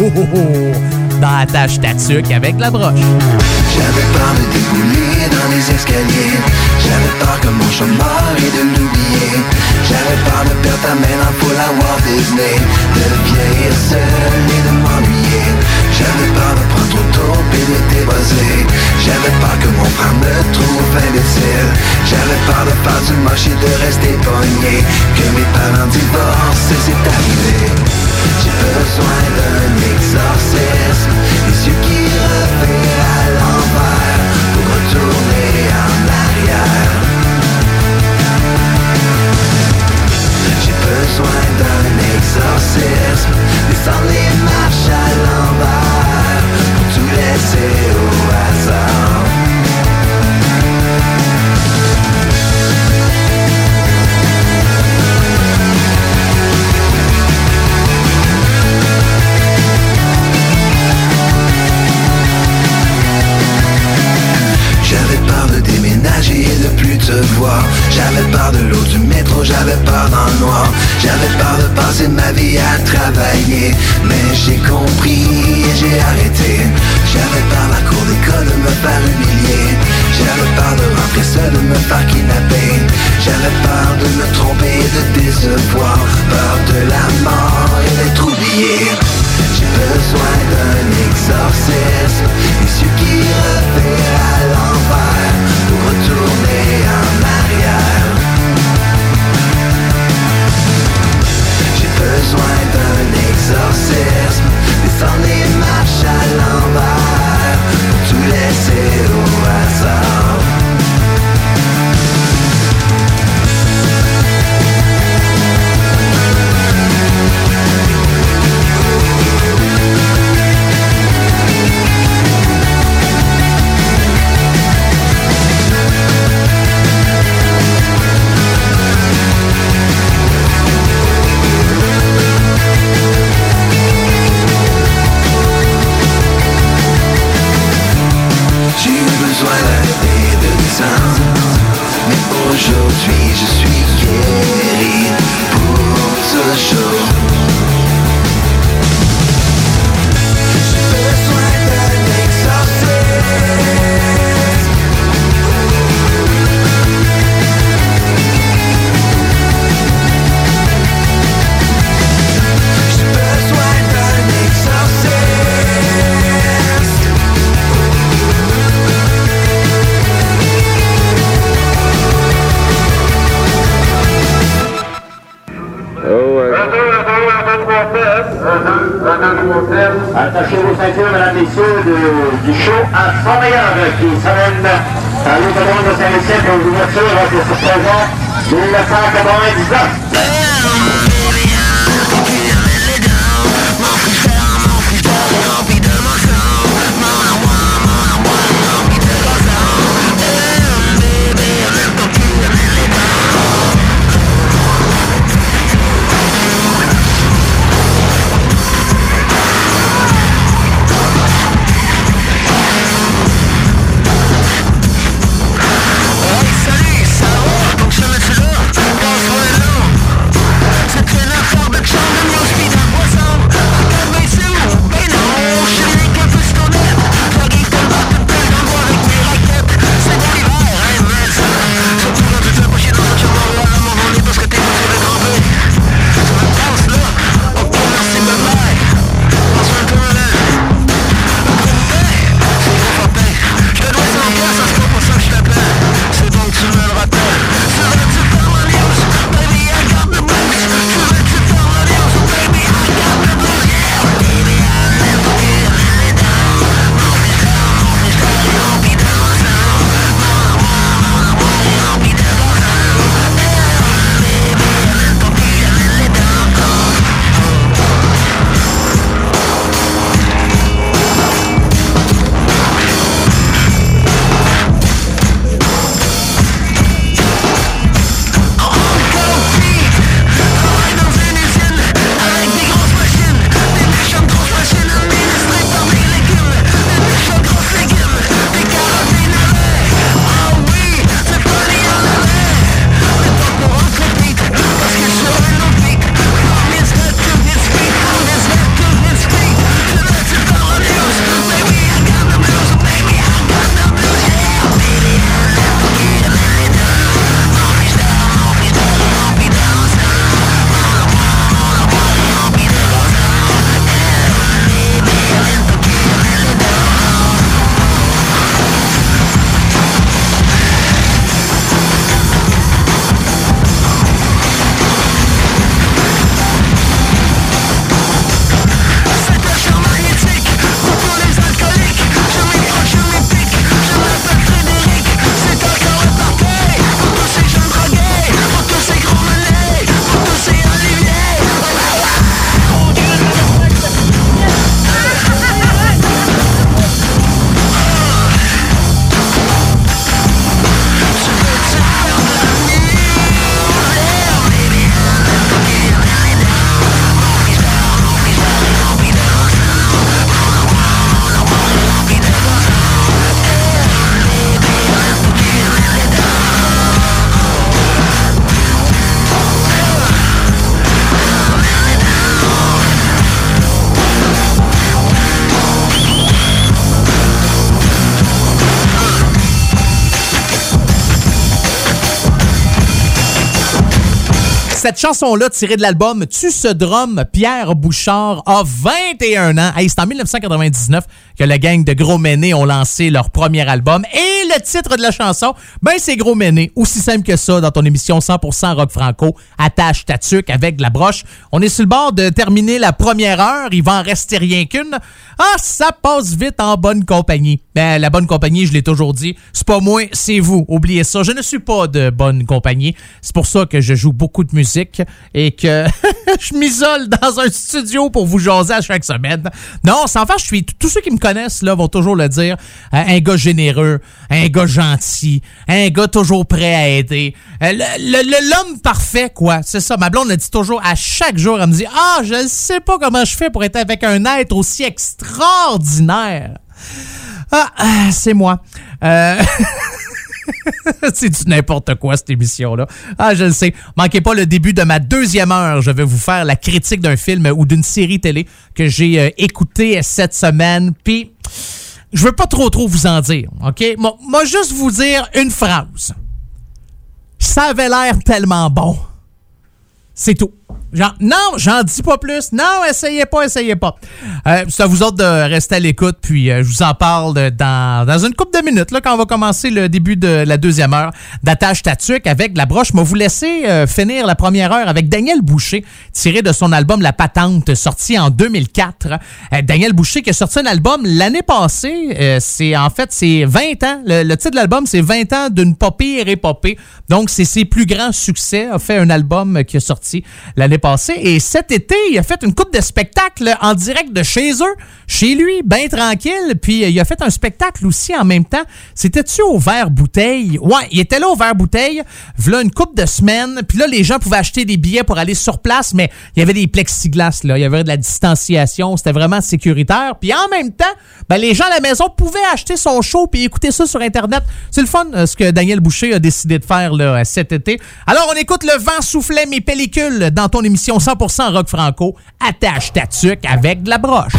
Dans Attache ta tuque avec la broche. J'avais peur de débouler dans les escaliers. J'avais peur que mon chômeur et de l'oublier. J'avais peur de perdre ta main dans pour la Walt Disney. De vieillir seul et de m'ennuyer. J'avais peur de prendre trop tôt et de t'ébosser. J'avais peur que mon frère me trouve imbécile. J'avais peur de faire du moche et de rester pogné. Que mes parents divorcent, c'est arrivé. J'ai besoin d'un exorcisme. Les yeux qui revirent à l'envers pour retourner en arrière. J'ai besoin d'un exorcisme. Descendre les marches à l'envers pour tout laisser au hasard. du métro, j'avais peur dans le noir. J'avais peur de passer ma vie à travailler. Mais j'ai compris et j'ai arrêté. J'avais peur à la cour d'école de me faire humilier. J'avais peur de rentrer seul, de me faire kidnapper. J'avais peur de me tromper et de décevoir. Peur de la mort et d'être oublié. J'ai besoin d'un exorcisme, des yeux qui revirent à l'envers pour retourner en arrière. J'ai besoin d'un exorcisme, descendre les marches à l'envers pour tout laisser au hasard. Mais aujourd'hui je suis guéri pour toujours. J'ai besoin d'un exorcisme. J'ai besoin d'un exorcisme. Attachez vos ceintures, mesdames, messieurs, de, du show à cent meilleurs qui s'amène à l'autodrome de Saint-Lucie pour l'ouverture de ce saison mille neuf cent quatre-vingt-dix-neuf. Salut, ça va? Donc je me suis là, passe-moi là. cette chanson-là tirée de l'album Tu ce drum, Pierre Bouchard a vingt et un ans. Hey, c'est en dix-neuf cent quatre-vingt-dix-neuf que la gang de Gros Méné ont lancé leur premier album. Et le titre de la chanson, ben c'est Gros Méné. Aussi simple que ça dans ton émission cent pour cent rock franco. Attache ta tuque avec de la broche. On est sur le bord de terminer la première heure. Il va en rester rien qu'une. Ah, ça passe vite en bonne compagnie. Ben, la bonne compagnie, je l'ai toujours dit, c'est pas moi, c'est vous. Oubliez ça. Je ne suis pas de bonne compagnie. C'est pour ça que je joue beaucoup de musique et que je m'isole dans un studio pour vous jaser à chaque semaine. Non, sans faire, je suis... Tous ceux qui me connaissent là vont toujours le dire. Euh, un gars généreux, un gars gentil, un gars toujours prêt à aider. Euh, le, le, le, l'homme parfait, quoi. C'est ça. Ma blonde le dit toujours à chaque jour. Elle me dit « Ah, je ne sais pas comment je fais pour être avec un être aussi extraordinaire. » Ah, c'est moi. Euh... C'est du n'importe quoi, cette émission-là. Ah, je le sais. Manquez pas le début de ma deuxième heure. Je vais vous faire la critique d'un film ou d'une série télé que j'ai euh, écouté cette semaine. Puis, je veux pas trop trop vous en dire, OK? Moi, moi juste vous dire une phrase. Ça avait l'air tellement bon. C'est tout. Genre, non, j'en dis pas plus. Non, essayez pas, essayez pas. Euh, c'est à vous autres de rester à l'écoute, puis euh, je vous en parle dans, dans une couple de minutes, là, quand on va commencer le début de la deuxième heure d'Attache ta tuque avec la broche. Mais vous laissez euh, finir la première heure avec Daniel Boucher, tiré de son album La Patente, sorti en deux mille quatre. Euh, Daniel Boucher qui a sorti un album l'année passée. Euh, c'est en fait, c'est vingt ans. Le, le titre de l'album, c'est vingt ans d'une pas pire épopée. Donc, c'est ses plus grands succès. A fait un album qui a sorti l'année passée. Et cet été, il a fait une coupe de spectacles en direct de chez eux, chez lui, bien tranquille. Puis il a fait un spectacle aussi en même temps. C'était-tu au Vert-Bouteille? Ouais, il était là au Vert-Bouteille, v'là une couple de semaines. Puis là, les gens pouvaient acheter des billets pour aller sur place, mais il y avait des plexiglas, là. Il y avait de la distanciation. C'était vraiment sécuritaire. Puis en même temps, ben, les gens à la maison pouvaient acheter son show puis écouter ça sur Internet. C'est le fun, ce que Daniel Boucher a décidé de faire là, cet été. Alors, on écoute Le vent soufflait mes pellicules dans ton émission cent pour cent rock franco. Attache ta tuque avec de la broche.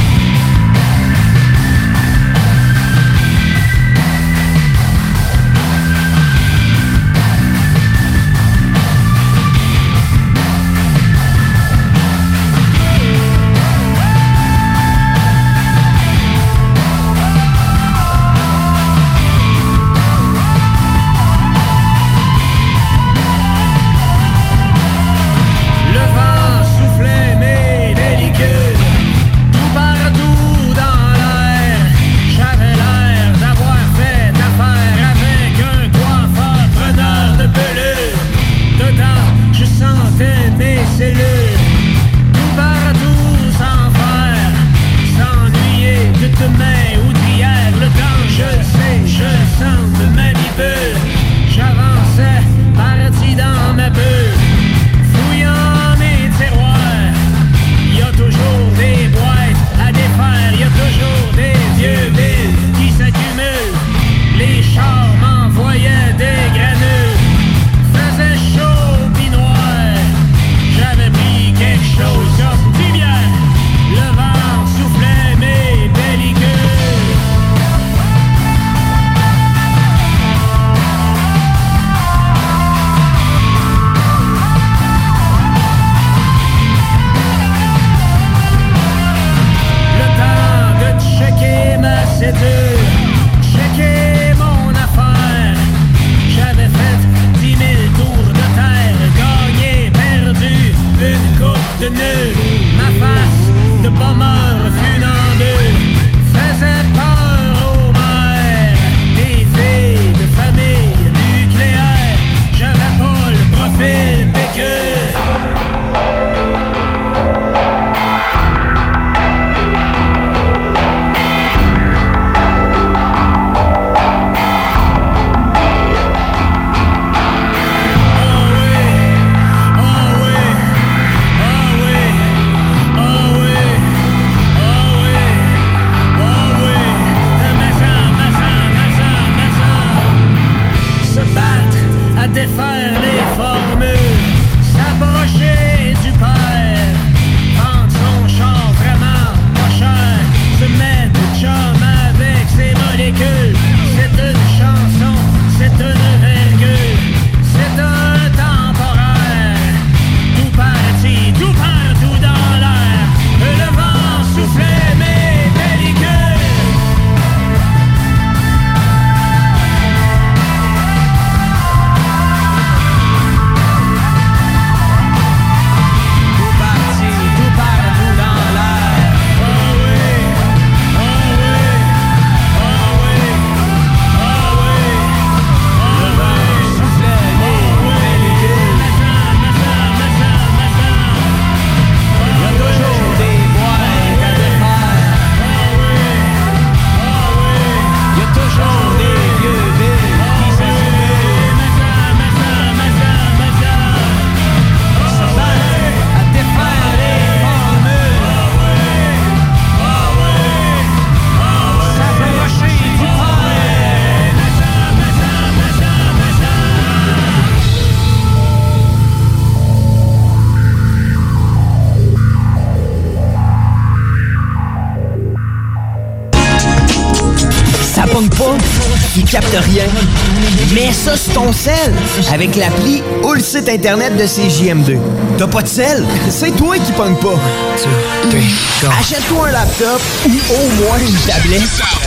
qui capte rien. Mets ça sur ton sel avec l'appli ou le site internet de C J M deux. T'as pas de sel? C'est toi qui pogne pas. Achète-toi un laptop ou au moins une tablette.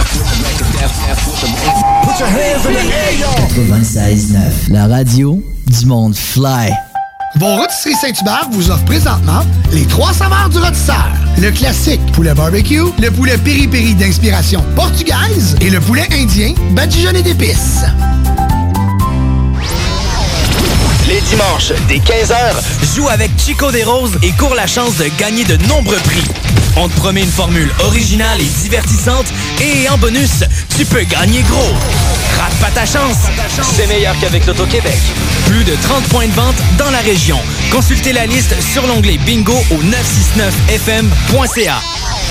quatre-vingt-seize neuf, la radio du monde fly. Vos Rôtisseries Saint-Hubert vous offre présentement les trois saveurs du rôtisseur. Le classique poulet barbecue, le poulet piri-piri d'inspiration portugaise et le poulet indien badigeonné d'épices. Les dimanches, dès quinze heures, joue avec Chico des Roses et cours la chance de gagner de nombreux prix. On te promet une formule originale et divertissante et en bonus, tu peux gagner gros. Rate pas ta chance, c'est meilleur qu'avec l'Auto-Québec. Plus de trente points de vente dans la région. Consultez la liste sur l'onglet Bingo au neuf cent soixante-neuf F M point C A.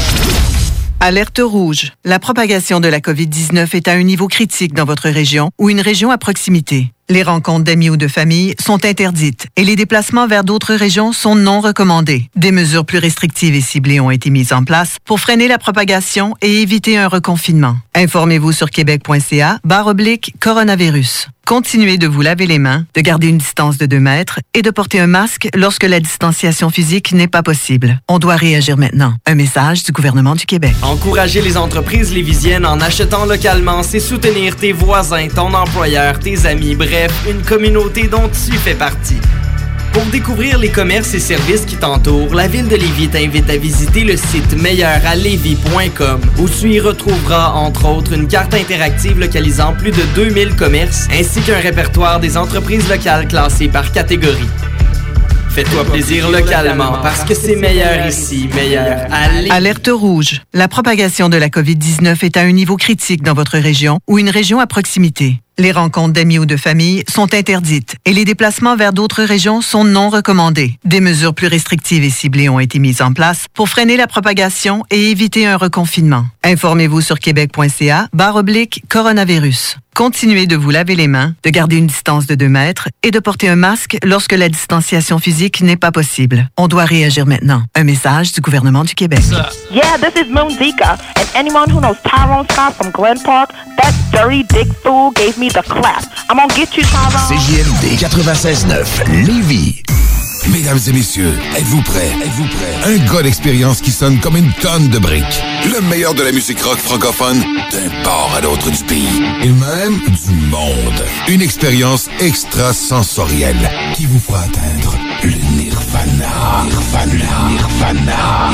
Alerte rouge. La propagation de la covid dix-neuf est à un niveau critique dans votre région ou une région à proximité. Les rencontres d'amis ou de famille sont interdites et les déplacements vers d'autres régions sont non recommandés. Des mesures plus restrictives et ciblées ont été mises en place pour freiner la propagation et éviter un reconfinement. Informez-vous sur québec point c a barre oblique coronavirus. Continuez de vous laver les mains, de garder une distance de deux mètres et de porter un masque lorsque la distanciation physique n'est pas possible. On doit réagir maintenant. Un message du gouvernement du Québec. Encourager les entreprises lévisiennes en achetant localement, c'est soutenir tes voisins, ton employeur, tes amis, bref, une communauté dont tu fais partie. Pour découvrir les commerces et services qui t'entourent, la Ville de Lévis t'invite à visiter le site meilleur à lévis point com où tu y retrouveras, entre autres, une carte interactive localisant plus de deux mille commerces ainsi qu'un répertoire des entreprises locales classées par catégorie. Fais-toi plaisir localement parce que c'est meilleur ici, meilleur à Lévis. Alerte rouge. La propagation de la covid dix-neuf est à un niveau critique dans votre région ou une région à proximité. Les rencontres d'amis ou de famille sont interdites et les déplacements vers d'autres régions sont non recommandés. Des mesures plus restrictives et ciblées ont été mises en place pour freiner la propagation et éviter un reconfinement. Informez-vous sur québec point c a barre oblique coronavirus. Continuez de vous laver les mains, de garder une distance de deux mètres et de porter un masque lorsque la distanciation physique n'est pas possible. On doit réagir maintenant. Un message du gouvernement du Québec. Yeah, this is Moon Zika, and anyone who knows Tyrone Scott from Glen Park, that dirty dick fool gave me the clap. I'm gonna get you, Tyrone. C J M D quatre-vingt-seize neuf, Lévis. Mesdames et messieurs, êtes-vous prêts? Êtes-vous prêts? Un gars d'expérience qui sonne comme une tonne de briques. Le meilleur de la musique rock francophone d'un port à l'autre du pays. Et même du monde. Une expérience extrasensorielle qui vous fera atteindre le nirvana. Nirvana. Nirvana.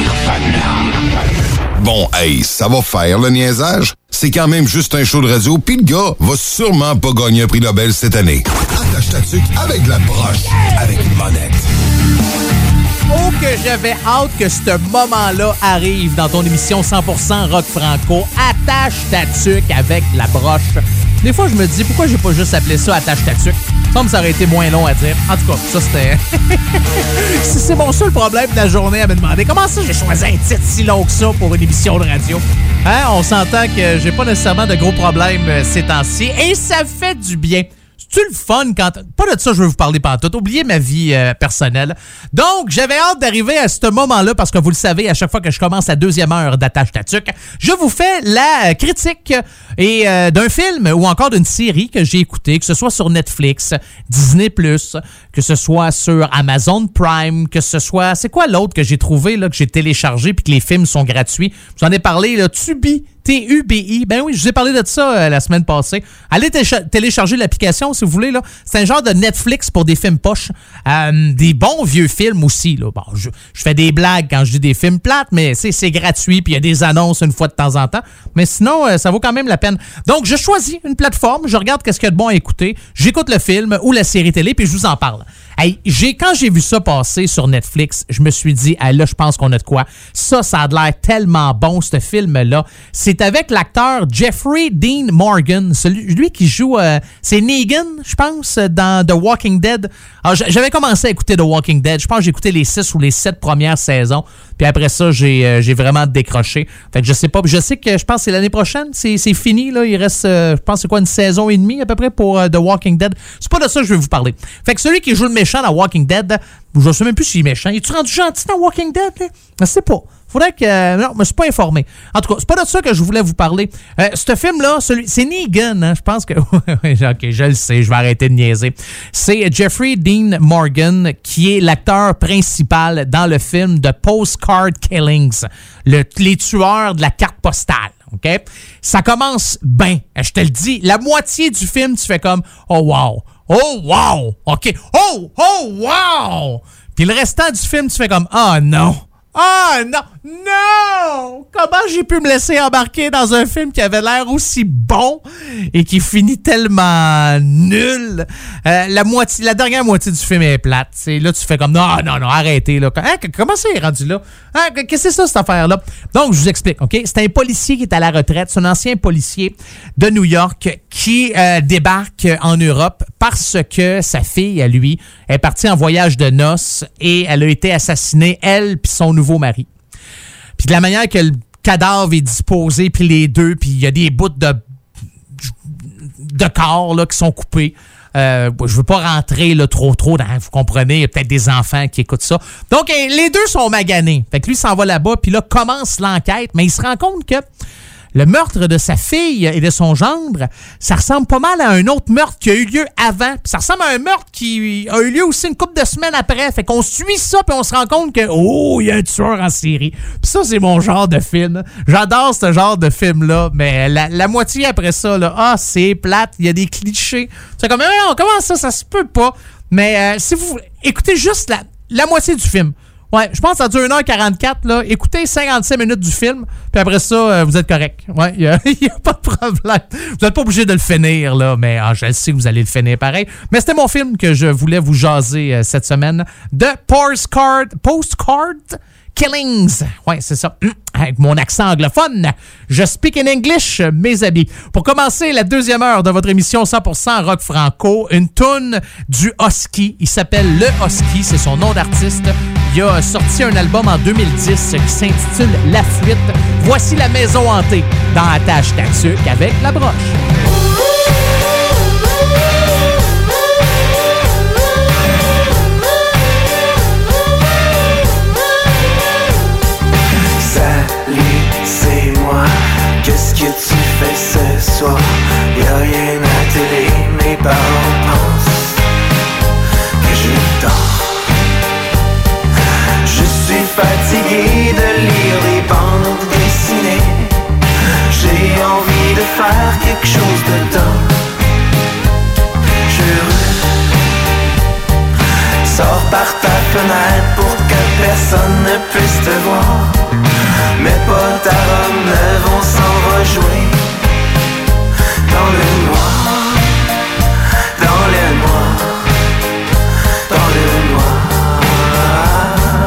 Nirvana. Bon, hey, ça va faire le niaisage. C'est quand même juste un show de radio, pis le gars va sûrement pas gagner un prix Nobel cette année. Attache ta tuque avec la broche, avec une monette. Oh, que j'avais hâte que ce moment-là arrive dans ton émission cent pour cent rock franco. Attache ta tuque avec la broche. Des fois, je me dis, pourquoi j'ai pas juste appelé ça Attache ta tuque? Ça me ça aurait été moins long à dire. En tout cas, ça, c'était... C'est mon seul problème de la journée à me demander comment ça j'ai choisi un titre si long que ça pour une émission de radio. Hein? On s'entend que j'ai pas nécessairement de gros problèmes euh, ces temps-ci. Et ça fait du bien. C'est-tu le fun quand... Pas de ça, je veux vous parler pantoute. Oubliez ma vie euh, personnelle. Donc, j'avais hâte d'arriver à ce moment-là parce que vous le savez, à chaque fois que je commence la deuxième heure d'Attache ta tuque, je vous fais la critique et euh, d'un film ou encore d'une série que j'ai écouté, que ce soit sur Netflix, Disney plus, que ce soit sur Amazon Prime, que ce soit... C'est quoi l'autre que j'ai trouvé, là, que j'ai téléchargé puis que les films sont gratuits? J'en ai parlé, là, Tubi. T U B I. Ben oui, je vous ai parlé de ça euh, la semaine passée. Allez télécha- télécharger l'application si vous voulez. Là. C'est un genre de Netflix pour des films poches. Euh, des bons vieux films aussi. Là. Bon, je, je fais des blagues quand je dis des films plates, mais c'est, c'est gratuit puis il y a des annonces une fois de temps en temps. Mais sinon, euh, ça vaut quand même la peine. Donc, je choisis une plateforme, je regarde qu'est-ce qu'il y a de bon à écouter, j'écoute le film ou la série télé puis je vous en parle. Hey, j'ai, quand j'ai vu ça passer sur Netflix, je me suis dit, hey, là, je pense qu'on a de quoi. Ça, ça a l'air tellement bon, ce film-là. C'est avec l'acteur Jeffrey Dean Morgan, celui lui qui joue, euh, c'est Negan, je pense, dans The Walking Dead. Alors, j'avais commencé à écouter The Walking Dead. Je pense que j'ai écouté les six ou les sept premières saisons. Puis après ça, j'ai, euh, j'ai vraiment décroché. Fait que je sais pas. Je sais que je pense que c'est l'année prochaine. C'est, c'est fini, là. Il reste, euh, je pense, c'est quoi, une saison et demie à peu près pour euh, The Walking Dead. C'est pas de ça que je vais vous parler. Fait que celui qui joue le méchant dans Walking Dead, je sais même plus s'il est méchant. Es-tu rendu gentil dans Walking Dead, là? Je sais pas. Faudrait que... Euh, non, je me suis pas informé. En tout cas, c'est pas de ça que je voulais vous parler. Euh, ce film-là, celui, c'est Negan, hein, je pense que... OK, je le sais, je vais arrêter de niaiser. C'est Jeffrey Dean Morgan qui est l'acteur principal dans le film de Postcard Killings, le, les tueurs de la carte postale. OK? Ça commence bien. Je te le dis, la moitié du film, tu fais comme « Oh, wow! Oh, wow! OK! Oh, oh, wow! » Puis le restant du film, tu fais comme « Oh, non! Ah, non! Non! Comment j'ai pu me laisser embarquer dans un film qui avait l'air aussi bon et qui finit tellement nul? Euh, la moitié, la dernière moitié du film est plate. T'sais. Là, tu fais comme, non, non, non, arrêtez. Là. Hein, comment ça est rendu là? Hein, qu'est-ce que c'est ça, cette affaire-là? Donc, je vous explique, OK? C'est un policier qui est à la retraite. C'est un ancien policier de New York qui euh, débarque en Europe parce que sa fille, à lui, est partie en voyage de noces et elle a été assassinée, elle puis son nouveau mari. Puis de la manière que le cadavre est disposé, puis les deux, puis il y a des bouts de, de corps là, qui sont coupés. Euh, je veux pas rentrer là, trop trop dans, vous comprenez, il y a peut-être des enfants qui écoutent ça. Donc, les deux sont maganés. Fait que lui s'en va là-bas, puis là, commence l'enquête, mais il se rend compte que le meurtre de sa fille et de son gendre, ça ressemble pas mal à un autre meurtre qui a eu lieu avant. Puis ça ressemble à un meurtre qui a eu lieu aussi une couple de semaines après. Fait qu'on suit ça puis on se rend compte que, oh, il y a un tueur en série. Puis ça, c'est mon genre de film. J'adore ce genre de film-là. Mais la, la moitié après ça, là, ah, c'est plate, il y a des clichés. C'est comme, non, comment ça, ça se peut pas. Mais euh, si vous écoutez juste la, la moitié du film, ouais, je pense que ça dure une heure quarante-quatre, là. Écoutez cinquante-cinq minutes du film, puis après ça, euh, vous êtes correct. Ouais, il n'y a, a pas de problème. Vous n'êtes pas obligé de le finir, là, mais ah, je sais que vous allez le finir pareil. Mais c'était mon film que je voulais vous jaser euh, cette semaine, de Postcard, Postcard Killings. Ouais, c'est ça. Avec mon accent anglophone, je speak in English, mes amis. Pour commencer la deuxième heure de votre émission cent pour cent rock franco, une toune du Husky. Il s'appelle Le Husky, c'est son nom d'artiste. Il a sorti un album en deux mille dix qui s'intitule La Fuite. Voici La Maison Hantée dans Attache ta tuque avec la broche. Moi, qu'est-ce que tu fais ce soir? Y'a rien à télé, mes parents pensent que je dors. Je suis fatigué de lire des bandes dessinées. J'ai envie de faire quelque chose de dingue. Je sors par ta fenêtre pour que personne ne puisse te voir. Mes potes à Rome ne vont s'en rejouer. Dans le noir, dans le noir, dans le noir.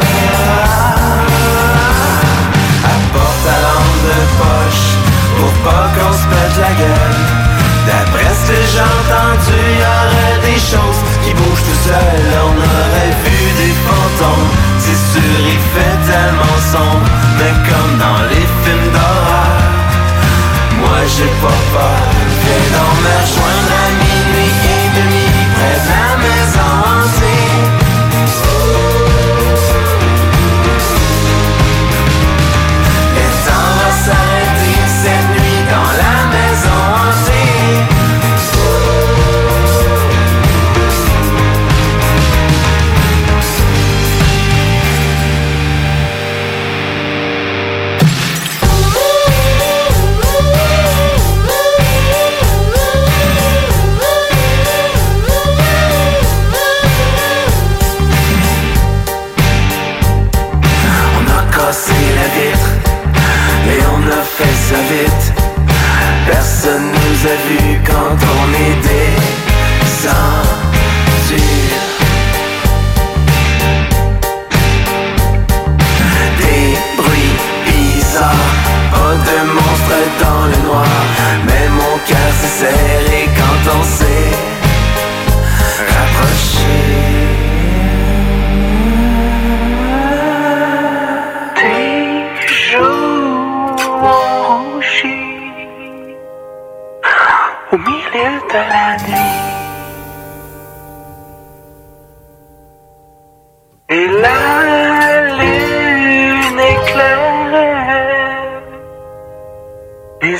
Apporte ta lampe de poche pour pas qu'on se pète la gueule. D'après ce que j'ai entendu, y aurait des choses qui bougent tout seul. On aurait vu des fantômes, c'est sûr il fait tellement sombre. Mais comme dans les films d'horreur, moi j'ai pas peur. Viens donc me rejoindre à minuit et demi près de la maison hantée. Le temps va s'arrêter cette nuit dans la maison hantée.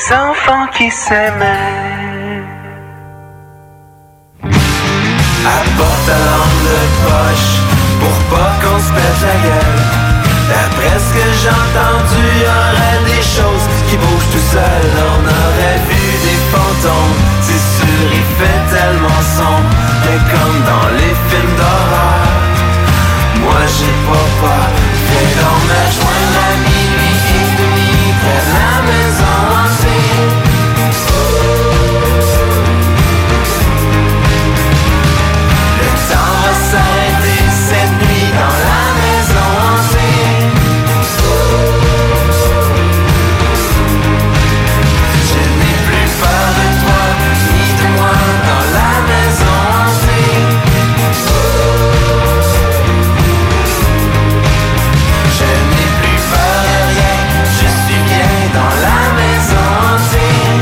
deux enfants qui s'aimaient. Apporte ta lampe de poche pour pas qu'on se pète la gueule. D'après ce que j'ai entendu, y aurait des choses qui bougent tout seul. On aurait vu des fantômes, c'est sûr, il fait tellement sombre. Mais comme dans les films d'horreur, moi j'ai pas peur. Viens donc me joindre à minuit et demi près de la maison hantée. Le temps va s'arrêter cette nuit dans la maison hantée. Je n'ai plus peur de toi ni de moi dans la maison hantée. Je n'ai plus peur de rien, je suis bien dans la maison hantée.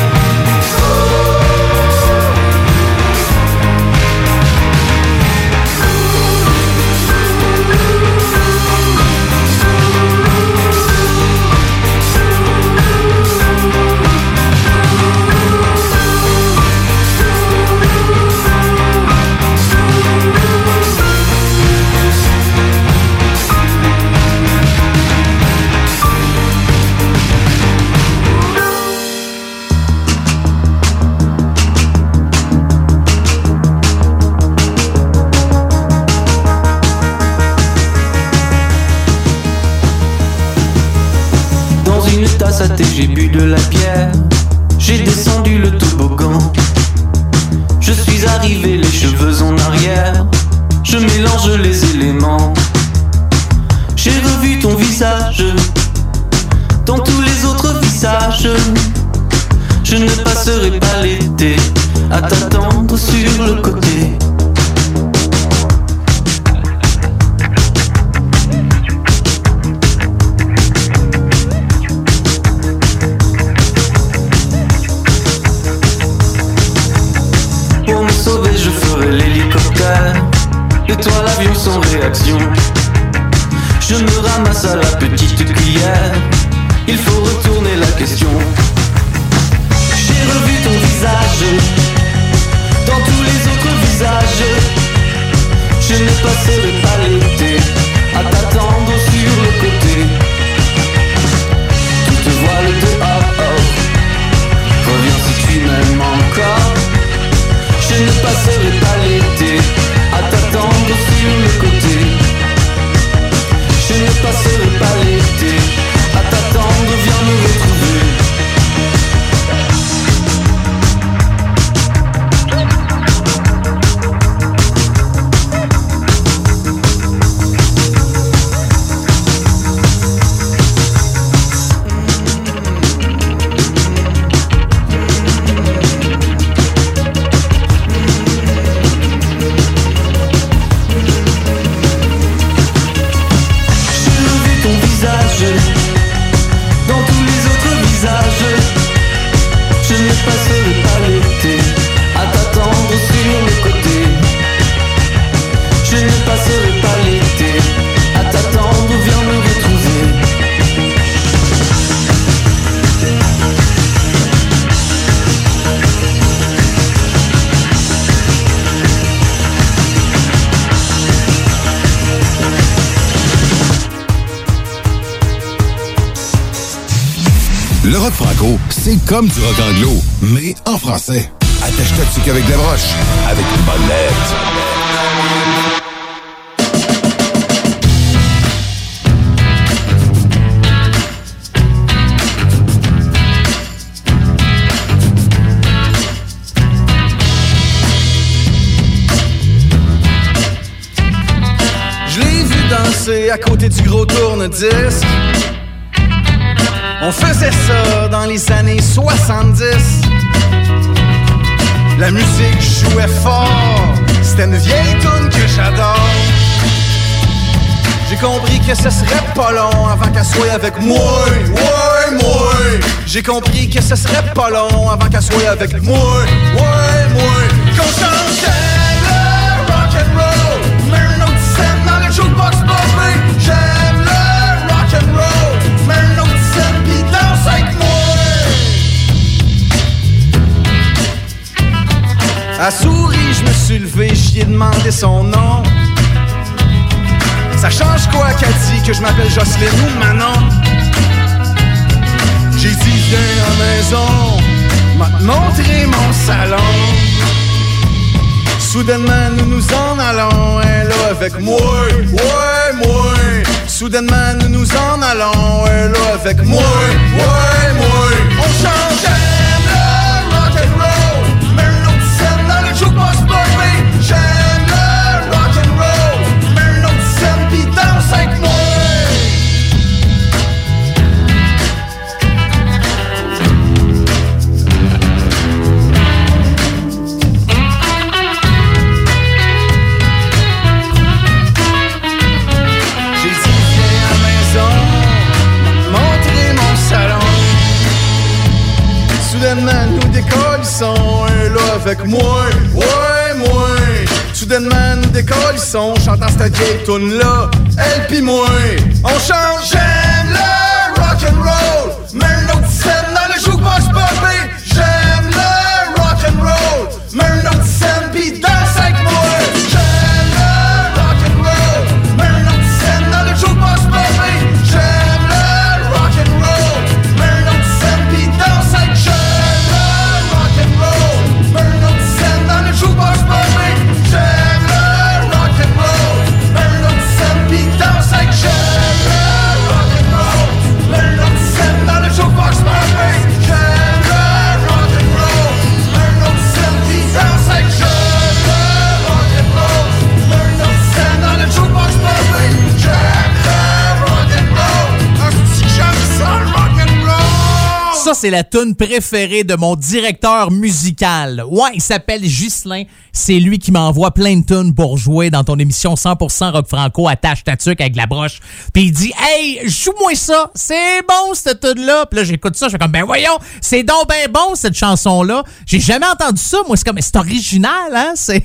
Dans une tasse à thé, j'ai bu de la bière. J'ai descendu le toboggan. Je suis arrivé les cheveux en arrière. Je mélange les éléments. J'ai revu ton visage dans tous les autres visages. Je ne passerai pas l'été à t'attendre sur le côté. Pour me sauver, je ferai l'hélicoptère et toi l'avion sans réaction. Je me ramasse à la petite cuillère. Il faut retourner la question. J'ai revu ton visage dans tous les autres visages. Je ne passerai pas l'été à t'attendre sur le côté. Toutes voiles dehors, reviens si tu m'aimes encore. Je ne passerai pas l'été à t'attendre sur le côté. Je ne passerai pas l'été à t'attendre, viens me retrouver. Dans tous les autres visages, je ne passerai pas l'été à t'attendre sur le côté. Je ne passerai pas l'été à t'attendre, viens me retrouver. Le rock franco, c'est comme du rock anglo, mais en français. Attache ta tuque avec des broches, avec une bonne lettre. Je l'ai vu danser à côté du gros tourne-disque. On faisait ça dans les années soixante-dix. La musique jouait fort, c'était une vieille toune que j'adore. J'ai compris que ce serait pas long avant qu'elle soit avec moi, ouais, moi. J'ai compris que ce serait pas long avant qu'elle soit avec moi, ouais, moi. Qu'on chantait le rock'n'roll, mets une autre scène dans le jukebox, baby. J'aime le rock'n'roll, mets une autre scène pis danse avec moi. Elle sourit, je me suis levé, j'y ai demandé son nom. Ça change quoi qu'elle dit que je m'appelle Jocelyne ou Manon? J'ai dit viens à la maison, m'a montré mon salon. Soudainement nous nous en allons, elle là avec moi, ouais moi. Soudainement nous nous en allons, elle là avec moi, ouais moi. On change, j'aime le rock and roll, mets une autre scène dans le jukebox baby. J'aime le rock and roll, mets une autre scène pis danse avec moi. Soudainement nous décollissons, et là avec moi, ouais moi. Soudainement nous décollissons, chantant cette vieille toune là, elle pis moi. On chante, j'aime le rock and roll, mets une autre scène dans le jukebox baby. J'aime le rock and roll, mets une autre scène pis danse avec moi. J'aime le rock and roll, mets une autre scène dans le jukebox baby. J'aime le rock and roll, mets une autre scène pis danse avec moi. Jukebox baby, j'aime le rock and roll, mets une autre scène pis danse avec. J'aime le rock and roll, mets une autre scène dans le jukebox baby. J'aime le rock and roll, mets une autre scène pis danse avec. J'aime le rock and roll, mets une autre scène dans le jukebox baby. J'aime le rock and roll, un petit j'aime ça le rock and roll. Ça, c'est la toune préférée de mon directeur musical. Ouais, il s'appelle Ghislain. C'est lui qui m'envoie plein de tunes pour jouer dans ton émission cent pour cent rock franco attache ta tuque avec la broche. Puis il dit « Hey, joue-moi ça! C'est bon, cette tune-là! » Puis là, j'écoute ça, je fais comme « Ben voyons, c'est donc ben bon, cette chanson-là! » J'ai jamais entendu ça. Moi, c'est comme « C'est original, hein? » C'est...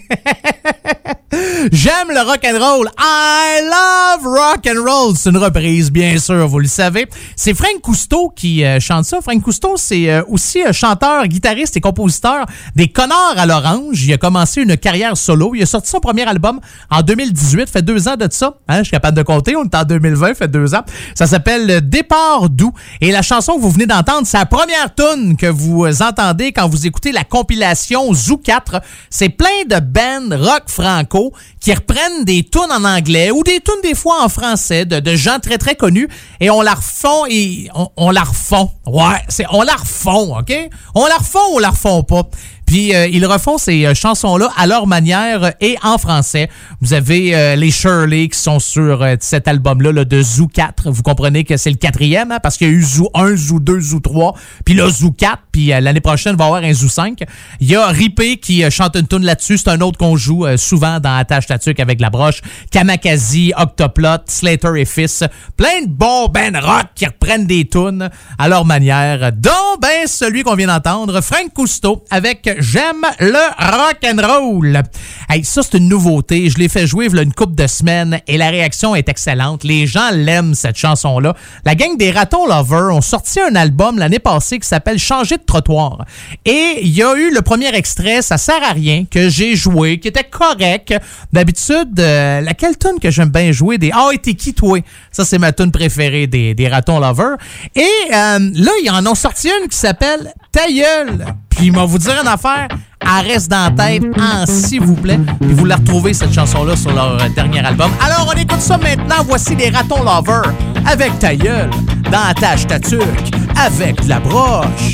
J'aime le rock'n'roll. I love rock'n'roll. C'est une reprise, bien sûr, vous le savez. C'est Frank Cousteau qui euh, chante ça. Frank Cousteau, c'est euh, aussi euh, chanteur, guitariste et compositeur des Connards à l'Orange. Il a commencé une carrière solo. Il a sorti son premier album en deux mille dix-huit. Fait deux ans de ça. Hein, je suis capable de compter. On est en deux mille vingt. Fait deux ans. Ça s'appelle Départ doux. Et la chanson que vous venez d'entendre, c'est la première tune que vous entendez quand vous écoutez la compilation Zoo quatre. C'est plein de bands rock franco qui reprennent des tunes en anglais ou des tunes des fois en français de, de gens très très connus et on la refond et on, on la refond. Ouais, c'est on la refond, OK? On la refond ou on la refond pas. Puis euh, ils refont ces euh, chansons-là à leur manière et en français. Vous avez euh, les Shirley qui sont sur euh, cet album-là là, de Zoo quatre. Vous comprenez que c'est le quatrième, hein, parce qu'il y a eu Zoo un, Zoo deux, Zoo trois, puis là Zoo quatre, puis euh, l'année prochaine, il va y avoir un Zoo cinq. Il y a Ripé qui euh, chante une tune là-dessus. C'est un autre qu'on joue euh, souvent dans Attache ta tuque avec la broche. Kamakazi, Octoplot, Slater et Fils. Plein de bons bands rock qui reprennent des tunes à leur manière. Dont ben celui qu'on vient d'entendre, Frank Cousteau avec J'aime le rock'n'roll. Hey, ça, c'est une nouveauté. Je l'ai fait jouer il y a une couple de semaines et la réaction est excellente. Les gens l'aiment, cette chanson-là. La gang des Ratons Lovers ont sorti un album l'année passée qui s'appelle Changer de trottoir. Et il y a eu le premier extrait, Ça sert à rien, que j'ai joué, qui était correct. D'habitude, euh, laquelle tune que j'aime bien jouer? Des Ah, et t'es qui, toi? Ça, c'est ma tune préférée des, des Ratons Lovers. Et euh, là, ils en ont sorti une qui s'appelle Ta gueule. Puis, il va vous dire une affaire, elle reste dans la tête, hein, s'il vous plaît. Puis, vous la retrouvez, cette chanson-là, sur leur dernier album. Alors, on écoute ça maintenant. Voici les Ratons Lovers avec Ta gueule, dans Attache ta tuque, avec de la broche.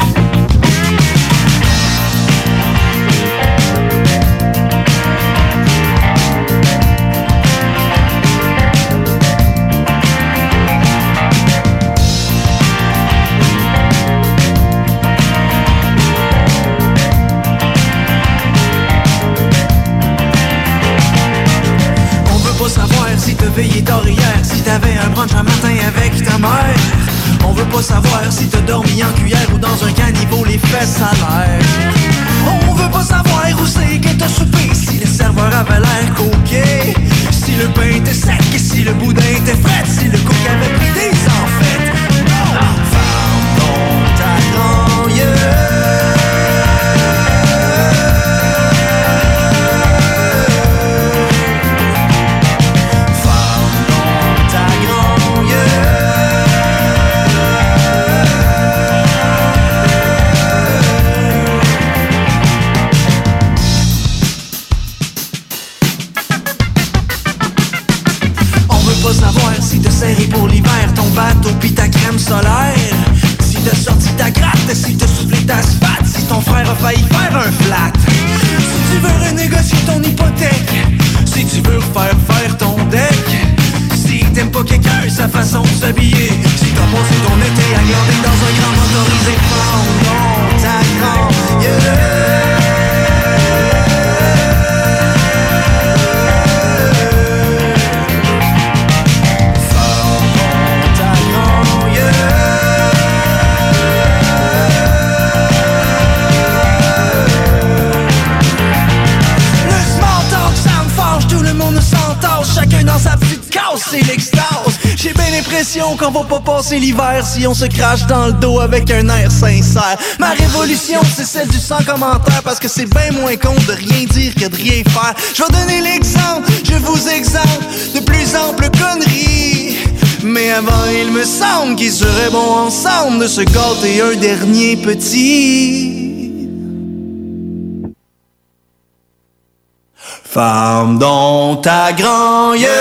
Si t'as veillé tard hier, si t'avais un brunch un matin avec ta mère. On veut pas savoir si t'as dormi en cuillère ou dans un caniveau les fesses à l'air. On veut pas savoir où c'est que t'as soupé, si le serveur avait l'air coquet, si le pain était sec et si le boudin était frais, si le coq avait pris des enfêtes. Non, ferme donc ta grand-gueule. pas savoir si t'as serré pour l'hiver ton bateau pis ta crème solaire. Si t'as sorti ta gratte, si t'as soufflé ta spate, si ton frère a failli faire un flat. Si tu veux renégocier ton hypothèque, si tu veux faire faire ton deck, si t'aimes pas quelqu'un, sa façon de s'habiller, si t'as passé ton été à glander dans un grand motorisé, prends non, ta grand, yeah. Chacun dans sa petite case, c'est l'extase. J'ai bien l'impression qu'on va pas passer l'hiver si on se crache dans le dos avec un air sincère. Ma révolution, c'est celle du sans commentaire, parce que c'est bien moins con de rien dire que de rien faire. Je vais donner l'exemple, je vous exempte de plus amples conneries. Mais avant, il me semble qu'il serait bon ensemble de se gâter un dernier petit. Femme dans ta grand yeah.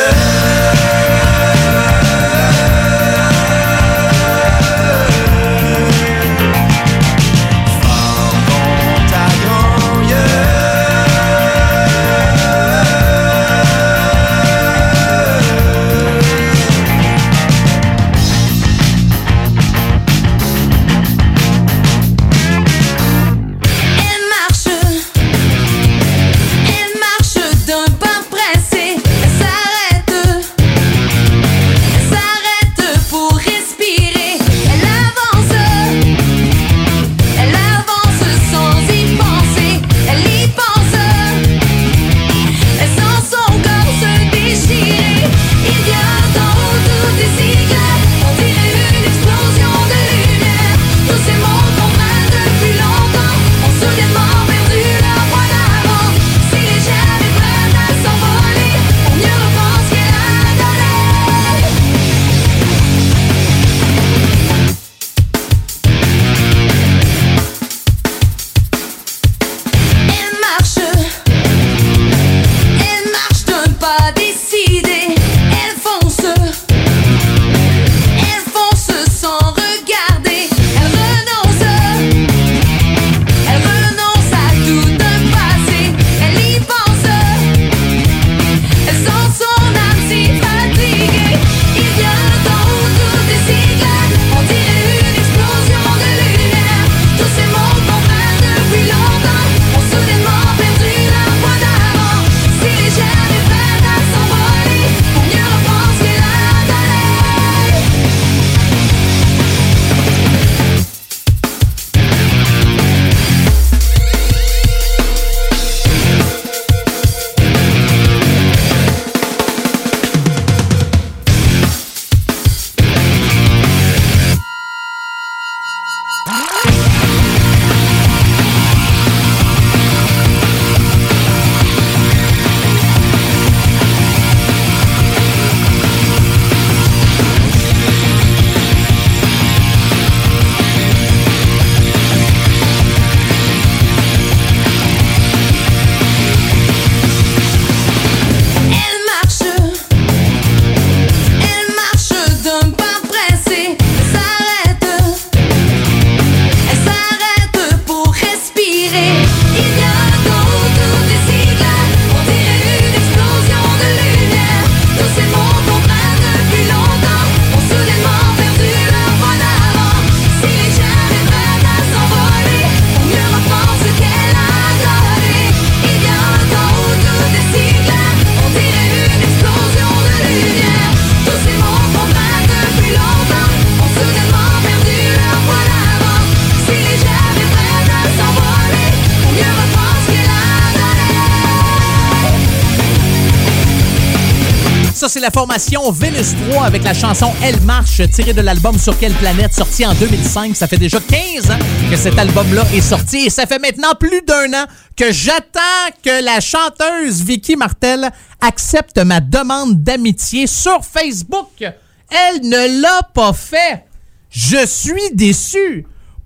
Ça, c'est la formation Vénus trois avec la chanson Elle marche, tirée de l'album Sur quelle planète, sorti en deux mille cinq. Ça fait déjà quinze ans que cet album-là est sorti et ça fait maintenant plus d'un an que j'attends que la chanteuse Vicky Martel accepte ma demande d'amitié sur Facebook. Elle ne l'a pas fait. Je suis déçu.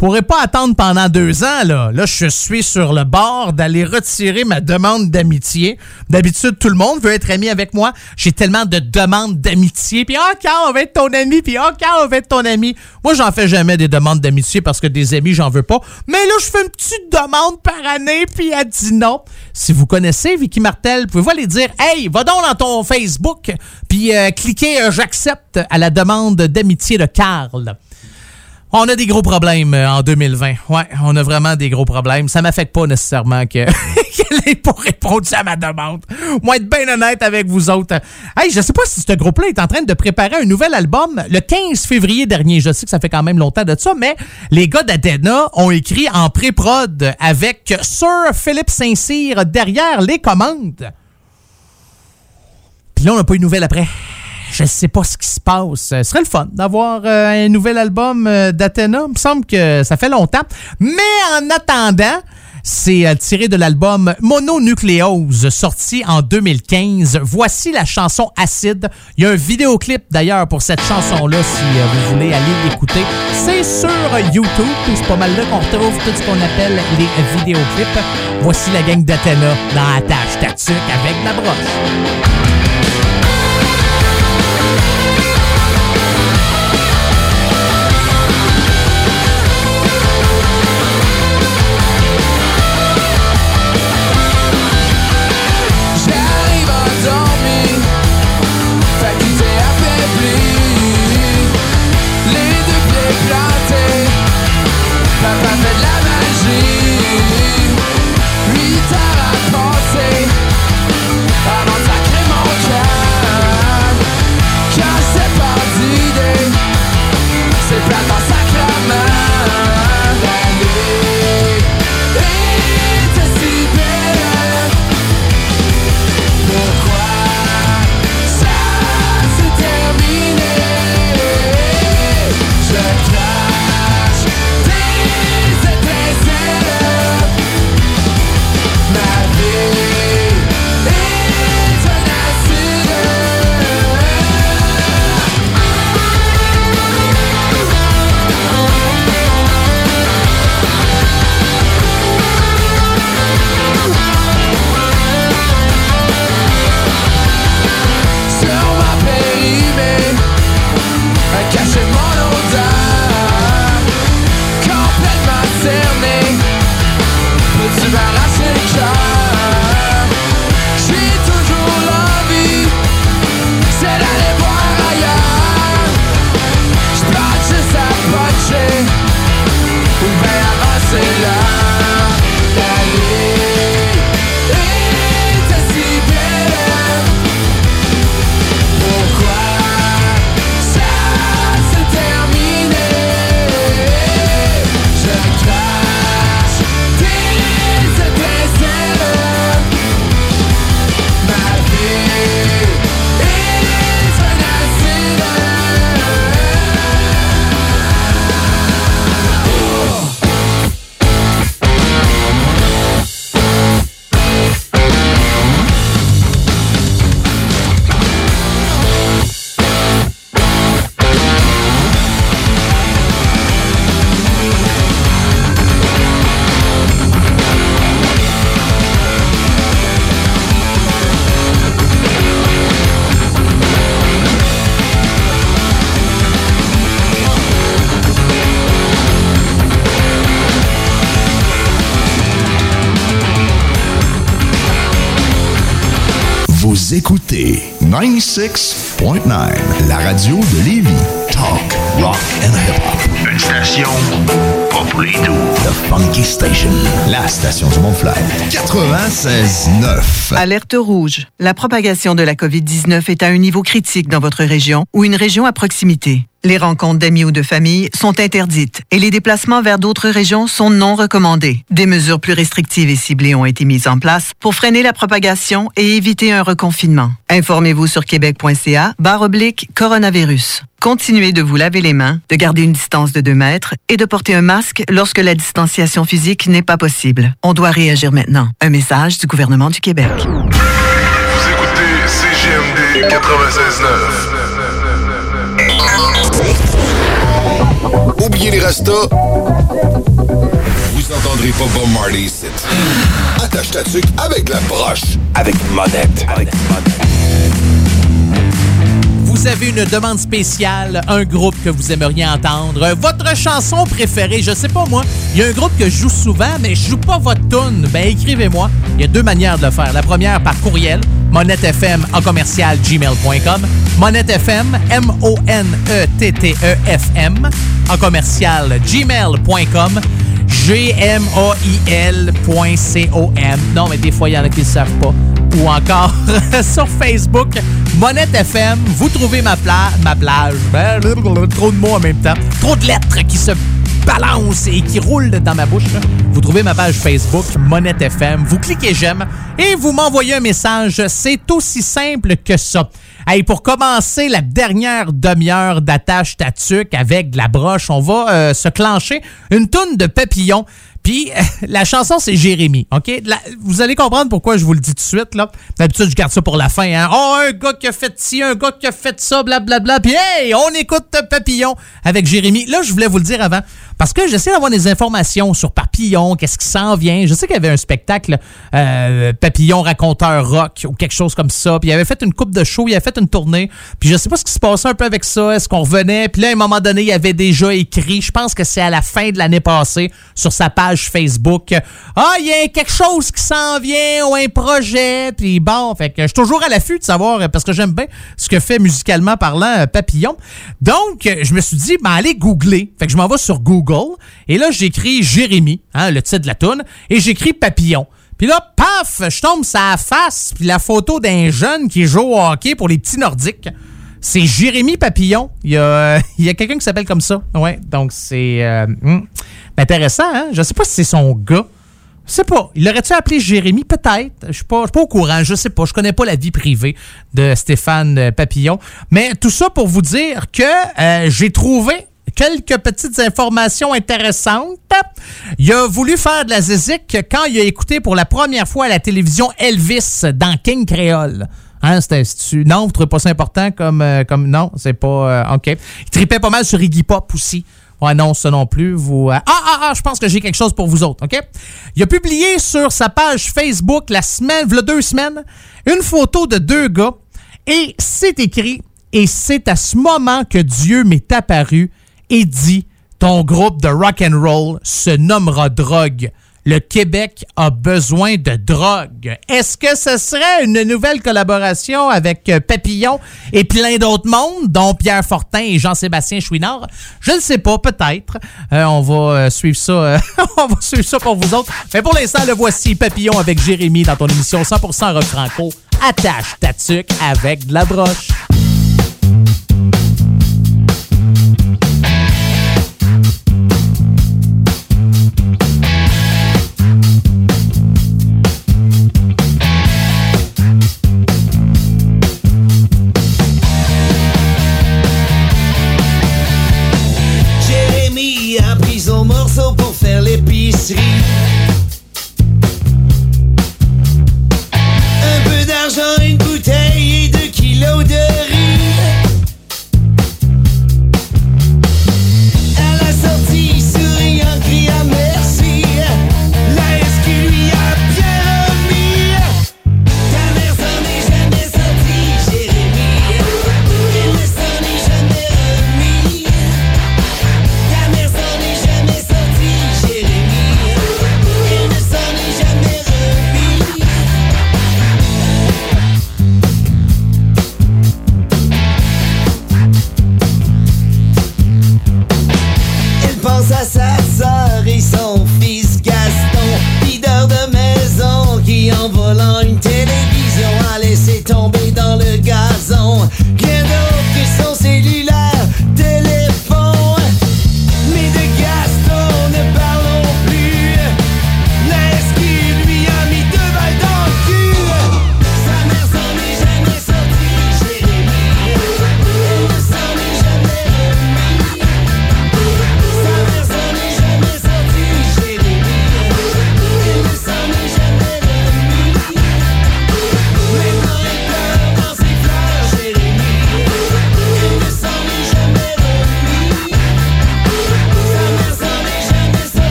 pourrai pas attendre pendant deux ans, là. Là, je suis sur le bord d'aller retirer ma demande d'amitié. D'habitude, tout le monde veut être ami avec moi. J'ai tellement de demandes d'amitié. Puis, ah, quand on va être ton ami? Puis, ah, quand on va être ton ami? Moi, j'en fais jamais des demandes d'amitié parce que des amis, j'en veux pas. Mais là, je fais une petite demande par année, puis elle dit non. Si vous connaissez Vicky Martel, pouvez-vous aller dire, hey, va donc dans ton Facebook, puis euh, cliquez euh, j'accepte à la demande d'amitié de Carl. On a des gros problèmes euh, en deux mille vingt. Ouais, on a vraiment des gros problèmes. Ça m'affecte pas nécessairement que qu'elle ait pas répondu à ma demande. Moi, être bien honnête avec vous autres. Hey, je sais pas si ce groupe-là est en train de préparer un nouvel album le quinze février dernier. Je sais que ça fait quand même longtemps de ça, mais les gars d'Adena ont écrit en pré-prod avec Sir Philippe Saint-Cyr derrière les commandes. Puis là, on n'a pas eu de nouvelles après. Je sais pas ce qui se passe. Ce serait le fun d'avoir euh, un nouvel album euh, d'Athéna. Il me semble que ça fait longtemps. Mais en attendant, c'est euh, tiré de l'album Mononucléose, sorti en deux mille quinze. Voici la chanson Acide. Il y a un vidéoclip d'ailleurs pour cette chanson-là, si euh, vous voulez aller l'écouter. C'est sur YouTube. C'est pas mal là qu'on retrouve tout ce qu'on appelle les vidéoclips. Voici la gang d'Athéna dans la tâche tatuc avec la broche. Vous écoutez quatre-vingt-seize point neuf, la radio de Lévis. Talk, rock and hip-hop. Une station pas pour les doux. The Funky Station, la station du Mont-Fly. quatre-vingt-seize neuf. Alerte rouge. La propagation de la covid dix-neuf est à un niveau critique dans votre région ou une région à proximité. Les rencontres d'amis ou de famille sont interdites et les déplacements vers d'autres régions sont non recommandés. Des mesures plus restrictives et ciblées ont été mises en place pour freiner la propagation et éviter un reconfinement. Informez-vous sur québec.ca barre oblique coronavirus. Continuez de vous laver les mains, de garder une distance de deux mètres et de porter un masque lorsque la distanciation physique n'est pas possible. On doit réagir maintenant. Un message du gouvernement du Québec. Vous écoutez C G M D quatre-vingt-seize neuf. Oubliez les rastas. Vous entendrez pas Bob Marley ici. Attache ta tuque avec la broche. Avec Monette. Avec Monette. Vous avez une demande spéciale, un groupe que vous aimeriez entendre, votre chanson préférée, je sais pas moi, il y a un groupe que je joue souvent, mais je joue pas votre tune, ben écrivez-moi. Il y a deux manières de le faire. La première par courriel, monettefm en commercial gmail point com, monettefm, M O N E T T E F M, en commercial gmail point com, G M A I L point C O M. Non, mais des fois, il y en a qui ne savent pas. Ou encore sur Facebook, Monette F M. Vous trouvez ma, pla- ma plage. Ben, trop de mots en même temps. Trop de lettres qui se balancent et qui roulent dans ma bouche. Vous trouvez ma page Facebook, Monette F M. Vous cliquez j'aime et vous m'envoyez un message. C'est aussi simple que ça. Hey, pour commencer la dernière demi-heure d'attache ta tuque avec de la broche, on va euh, se clencher une toune de papillon. Puis, euh, la chanson, c'est Jérémy, OK? La, vous allez comprendre pourquoi je vous le dis tout de suite, là. D'habitude, je garde ça pour la fin, hein. Oh, un gars qui a fait ci, un gars qui a fait ça, blablabla. Puis, hey, on écoute Papillon avec Jérémy. Là, je voulais vous le dire avant, parce que j'essaie d'avoir des informations sur Papillon, qu'est-ce qui s'en vient. Je sais qu'il y avait un spectacle, euh, Papillon raconteur rock ou quelque chose comme ça. Puis, il avait fait une coupe de show, il avait fait une tournée. Puis, je sais pas ce qui se passait un peu avec ça. Est-ce qu'on revenait? Puis là, à un moment donné, il avait déjà écrit, je pense que c'est à la fin de l'année passée, sur sa page Facebook. Ah, il y a quelque chose qui s'en vient ou un projet. Puis bon, fait que je suis toujours à l'affût de savoir, parce que j'aime bien ce que fait musicalement parlant Papillon. Donc, je me suis dit, ben allez googler. Fait que je m'en vais sur Google et là, j'écris Jérémy, hein, le titre de la toune, et j'écris Papillon. Puis là, paf, je tombe sa face, puis la photo d'un jeune qui joue au hockey pour les petits Nordiques. C'est Jérémy Papillon. Il y a, il y a quelqu'un qui s'appelle comme ça. Ouais, donc c'est euh, hmm, intéressant, hein? Je sais pas si c'est son gars. Je sais pas. Il l'aurait-tu appelé Jérémy? Peut-être. Je suis pas, je suis pas au courant. Je sais pas. Je connais pas la vie privée de Stéphane Papillon. Mais tout ça pour vous dire que euh, j'ai trouvé quelques petites informations intéressantes. Il a voulu faire de la zézique quand il a écouté pour la première fois à la télévision Elvis dans King Créole. Hein, c'était, c'est, non, vous trouvez pas ça important comme, euh, comme non, c'est pas, euh, OK. Il tripait pas mal sur Iggy Pop aussi. Ouais, non, ça non plus. Vous, euh, ah, ah, ah, je pense que j'ai quelque chose pour vous autres, OK? Il a publié sur sa page Facebook la semaine, v'là deux semaines, une photo de deux gars et c'est écrit « Et c'est à ce moment que Dieu m'est apparu et dit « Ton groupe de rock and roll se nommera Drogue. Le Québec a besoin de drogue. » Est-ce que ce serait une nouvelle collaboration avec Papillon et plein d'autres mondes, dont Pierre Fortin et Jean-Sébastien Chouinard? Je ne sais pas, peut-être. Euh, on va euh, suivre ça. Euh, on va suivre ça pour vous autres. Mais pour l'instant, le voici, Papillon avec Jérémy dans ton émission cent pour cent rock franco. Attache ta tuque avec de la broche. Son morceau pour faire l'épicerie. Un peu d'argent, une bouteille et deux kilos de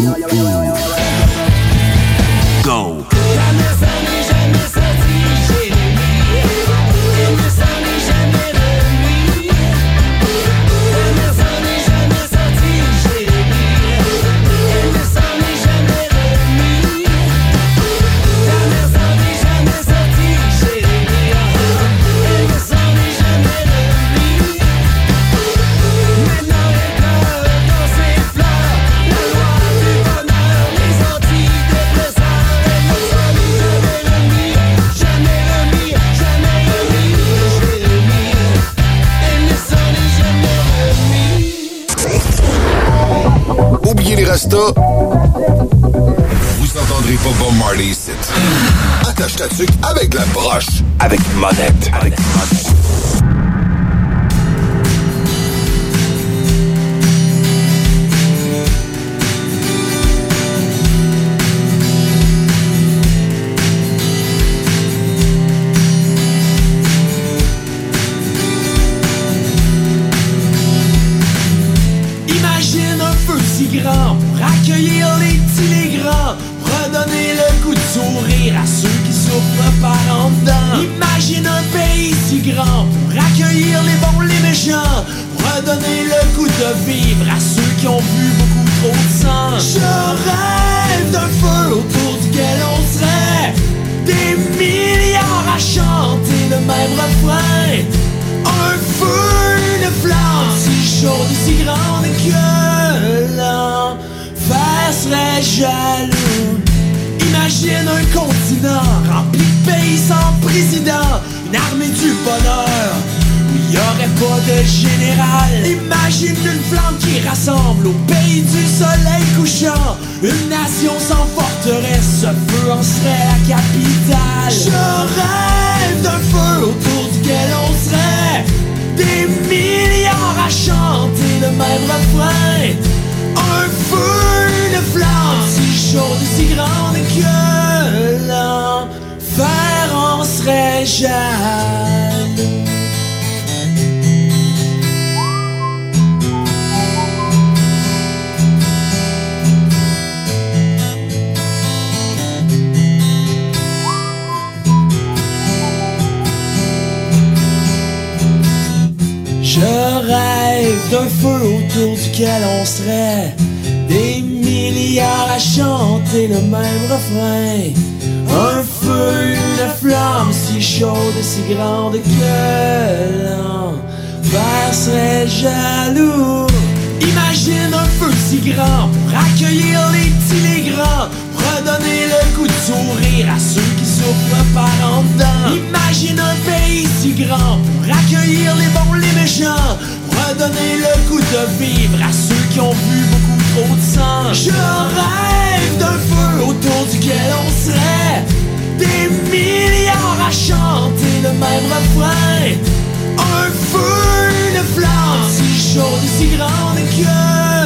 Go! Oubliez les restos. Vous entendrez pas Bob Marley ici. Attache ta tuque avec la broche. Avec monette. Avec monette. Imagine un feu si grand pour accueillir les petits, les grands, redonner le goût de sourire à ceux qui souffrent par en dedans. Imagine un pays si grand pour accueillir les bons, les méchants, redonner le goût de vivre à ceux qui ont vu beaucoup trop de sang. Je rêve d'un feu autour duquel on serait des milliards à chanter le même refrain. Un feu, une flamme si chaude et si grande que l'enfer serait jaloux. Imagine un continent rempli de pays sans président, une armée du bonheur où il n'y aurait pas de général. Imagine une flamme qui rassemble au pays du soleil couchant, une nation sans forteresse, ce feu en serait la capitale. Je rêve d'un feu autour duquel on serait des milliards à chanter le même refrain. Un feu, une flamme si chaude et si grande que l'enfer en serait jaloux. Je rêve d'un feu autour duquel on serait des milliards à chanter le même refrain. Un feu, une flamme si chaude et si grande que l'enfer serait jaloux. Imagine un feu si grand pour accueillir les petits, les grands, redonner le goût de sourire à ceux qui souffrent par en dedans. Imagine un pays si grand pour accueillir les bons, les méchants, redonner le goût de vivre à ceux qui ont vu beaucoup trop de sang. Je rêve d'un feu autour duquel on serait des milliards à chanter le même refrain. Un feu, une flamme si chaude et si grande que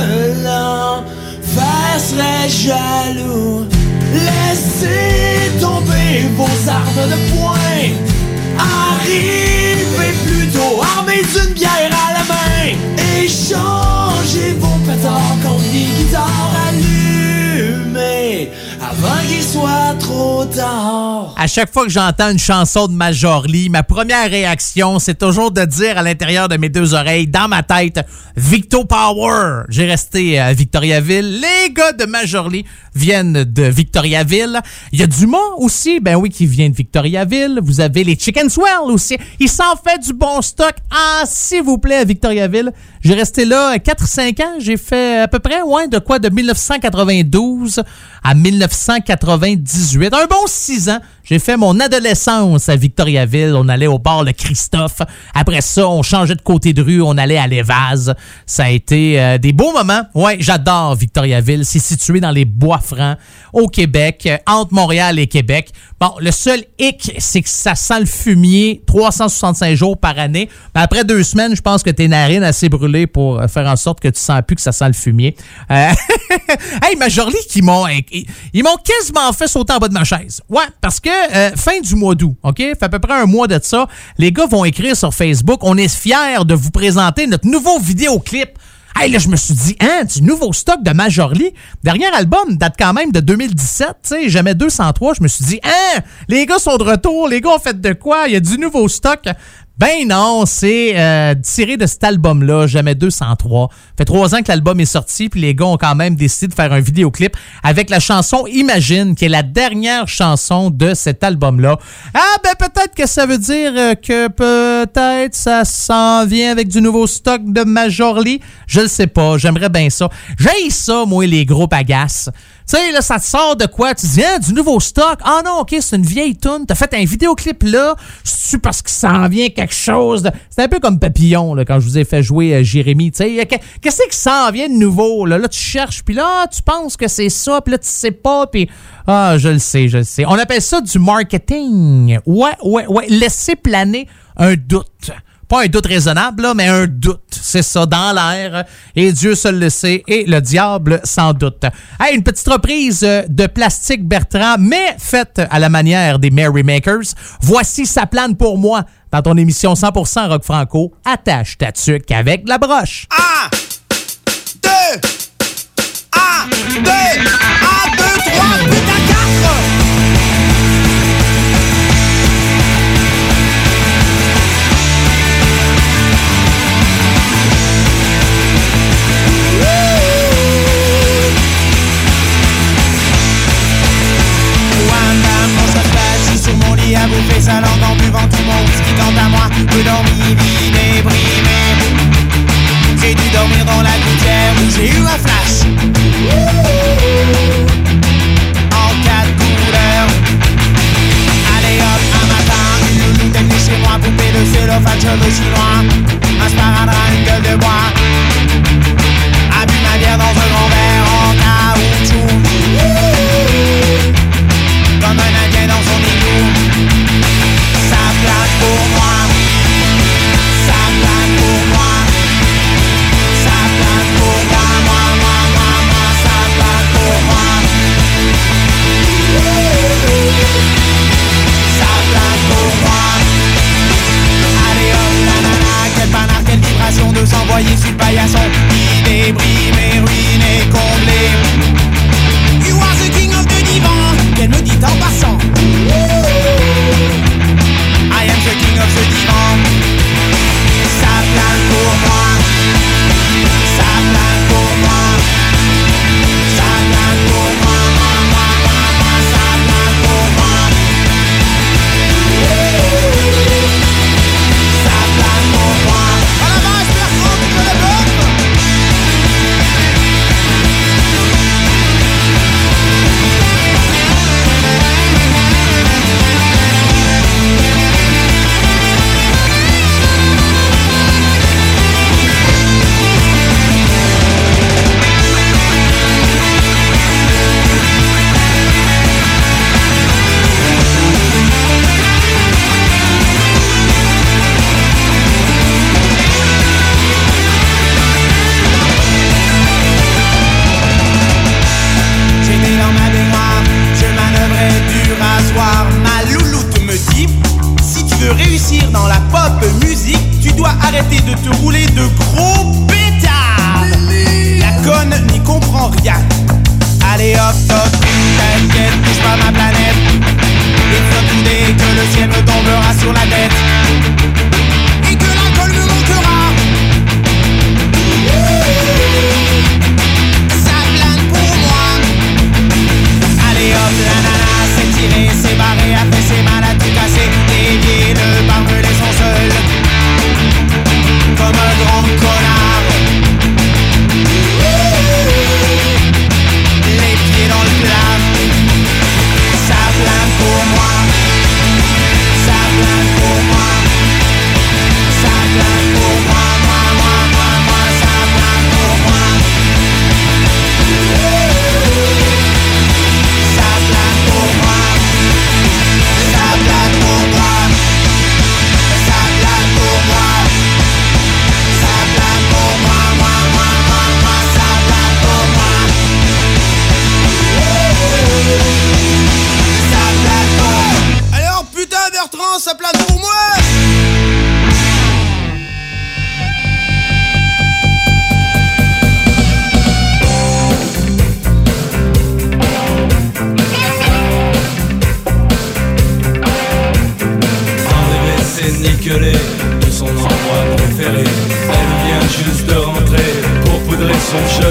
l'enfer serait jaloux. Laissez tomber vos armes de poing, arrivez plutôt armés d'une bière à la main. Échangez vos pétards contre des guitares allumées avant qu'il soit trop tard. À chaque fois que j'entends une chanson de Majorly, ma première réaction, c'est toujours de dire à l'intérieur de mes deux oreilles, dans ma tête, Victo Power. J'ai resté à Victoriaville. Les gars de Majorly viennent de Victoriaville. Il y a Dumas aussi, ben oui, qui vient de Victoriaville. Vous avez les Chicken Swell aussi. Ils s'en fait du bon stock. Ah, s'il vous plaît, à Victoriaville. J'ai resté là quatre cinq ans. J'ai fait à peu près, ouais, de quoi, de dix-neuf cent quatre-vingt-douze à dix-neuf cent quatre-vingt-dix-huit. Un bon six ans. J'ai fait mon adolescence à Victoriaville. On allait au bar Le Christophe. Après ça, on changeait de côté de rue. On allait à l'Évase. Ça a été euh, des beaux moments. Ouais, j'adore Victoriaville. C'est situé dans les Bois-Francs, au Québec, euh, entre Montréal et Québec. Bon, le seul hic, c'est que ça sent le fumier trois cent soixante-cinq jours par année. Mais après deux semaines, je pense que tes narines assez brûlées pour faire en sorte que tu sens plus que ça sent le fumier. Euh... hey, Majorly, qui m'ont, ils m'ont quasiment fait sauter en bas de ma chaise. Ouais, parce que euh, fin du mois d'août, OK? Fait à peu près un mois de ça, les gars vont écrire sur Facebook, on est fiers de vous présenter notre nouveau vidéoclip Hey, là, je me suis dit, hein, du nouveau stock de Majorly. Dernier album date quand même de deux mille dix-sept, tu sais, Jamais deux cent trois. Je me suis dit, hein, les gars sont de retour, les gars ont fait de quoi? Il y a du nouveau stock. Ben non, c'est euh, tiré de cet album-là, Jamais deux cent trois. Ça fait trois ans que l'album est sorti, puis les gars ont quand même décidé de faire un vidéoclip avec la chanson Imagine, qui est la dernière chanson de cet album-là. Ah ben peut-être que ça veut dire que peut-être ça s'en vient avec du nouveau stock de Majorly. Je le sais pas, j'aimerais bien ça. J'haïs ça, moi, les gros bagaces. Tu sais, là, ça te sort de quoi? Tu dis, hein, du nouveau stock? Ah non, OK, c'est une vieille toune. T'as fait un vidéoclip là. C'est-tu parce qu'il s'en vient quelque chose de... C'est un peu comme Papillon, là, quand je vous ai fait jouer euh, Jérémy. Tu sais, qu'est-ce qui s'en vient de nouveau? Là, là tu cherches, puis là, tu penses que c'est ça, puis là, tu sais pas, puis... Ah, je le sais, je le sais. On appelle ça du marketing. Ouais, ouais, ouais. Laisser planer un doute. Pas un doute raisonnable, là, mais un doute. C'est ça, dans l'air. Et Dieu seul le sait, et le diable sans doute. Hey, une petite reprise de Plastique Bertrand, mais faite à la manière des Merrymakers. Voici Ça plane pour moi, dans ton émission cent pour cent rock franco. Attache ta tuque avec la broche. Un, deux, un, deux, un, deux, trois, putain, quatre. Sur mon lit à bouffer sa langue en buvant tout mon whisky. Quant à moi, peu dormi, vie déprimée. J'ai dû dormir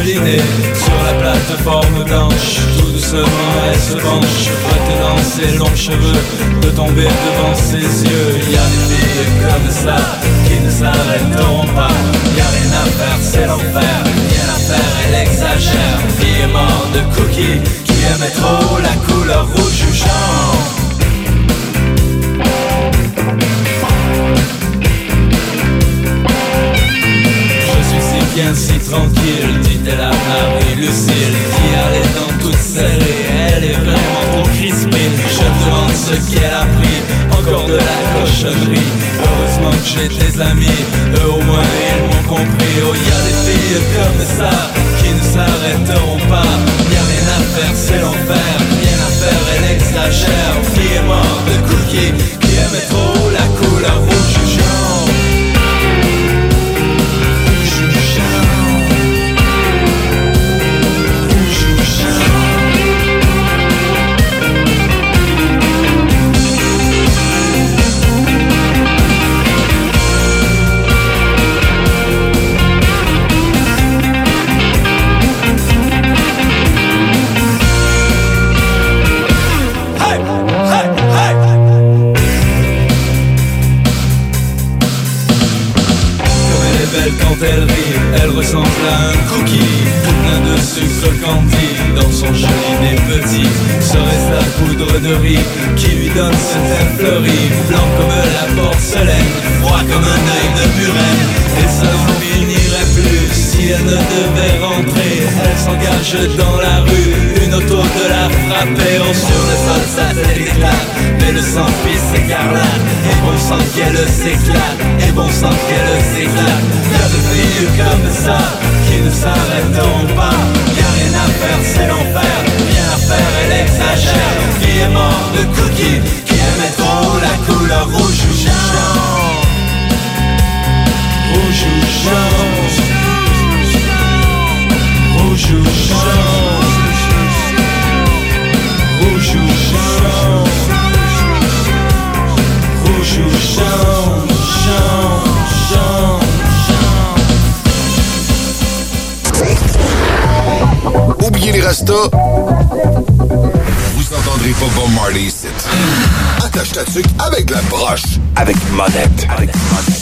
dîner sur la plateforme blanche. Tout doucement elle se penche, retenant ses longs cheveux, de tomber devant ses yeux. Y a des filles comme ça qui ne s'arrêteront pas. Y a rien à faire, c'est l'enfer, rien à faire, elle exagère. Fille est mort de cookies, qui aimait trop la couleur rouge ou jaune. Bien si tranquille, dit-elle à Marie-Lucille, qui allait dans toute serrée, elle est vraiment trop crispée. Je me demande ce qu'elle a pris, encore de la cochonnerie. Heureusement que j'ai des amis, eux au moins ils m'ont compris. Oh, y a des filles comme ça, qui ne s'arrêteront pas. Y a rien à faire, c'est l'enfer, rien à faire, elle exagère. Fille est morte de cookies, qui aimait trop la couleur rouge ou jaune. Quand elle rit, elle ressemble à un cookie, tout plein de sucre candy. Dans son joli nez petit, serait sa poudre de riz qui lui donne cette air fleurie. Blanc comme la porcelaine, froid comme un œil de Buren. Et ça n'en finirait plus si elle ne devait rentrer. Elle s'engage dans la rue, une auto de la frapper. Oh, sur le sol sa tête éclate, mais le sang fils écarlate. Et bon sang qu'elle s'éclate, et bon sang qu'elle s'éclate. Y'a des filles comme ça, qui ne s'arrêteront pas. Y'a rien à faire, c'est l'enfer, rien à faire, elle exagère. Qui est mort de cookies, qui aimait trop la couleur rouge ou jaune. Rouge ou jaune. Rouge ou jaune. Rouge ou jaune. Rouge ou jaune. Jaune, jaune. Oubliez les rastas. Vous entendrez pas Bob Marley ici. Attache ta tuque avec la broche. Avec une monette. Avec une monette.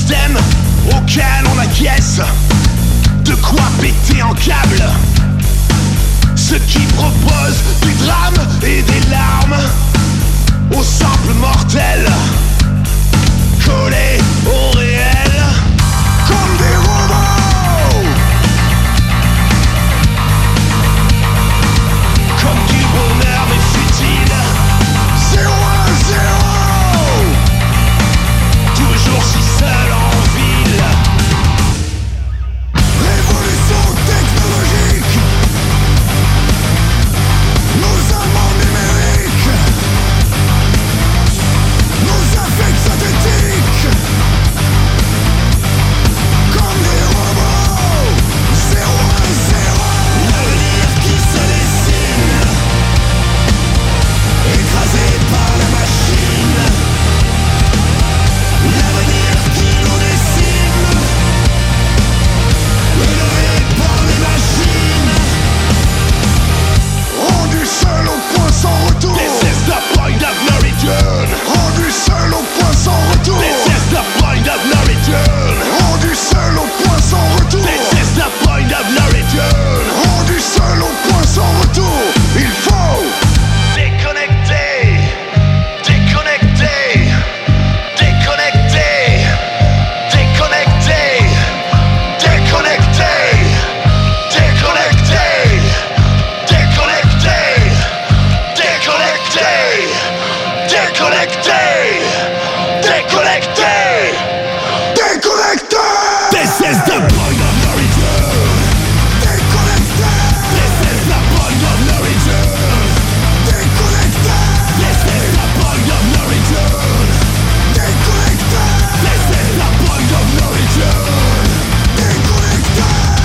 système auquel on acquiesce. De quoi péter en câble. Ceux qui proposent du drame et des larmes aux simples mortels, collés au réel comme des robots, comme du bonheur mais futile. Zéro un zéro, toujours si seul en ville. Révolution technologique, nos amants numériques, nos affects synthétiques, comme des robots. Zéro un zéro, l'avenir qui se dessine, écrasé par la machine. L'avenir qui nous décime, élevé par les machines. Rendu seul au point sans retour. This is the point of no return. Rendu seul au point sans retour. This is the point of no return. Rendu seul au point sans retour. This is the point of no return. Rendu seul au point sans retour. Il faut déconnecter, déconnecter, déconnecter, déconnecter, déconnecter, déconnecter, déconnecter, déconnecter, déconnecter, déconnecter, déconnecter. This is the point of no return. Déconnecter. This is the point of no return. Déconnecter. This is the point of no return. Déconnecter. This is the point of no return. Déconnecter.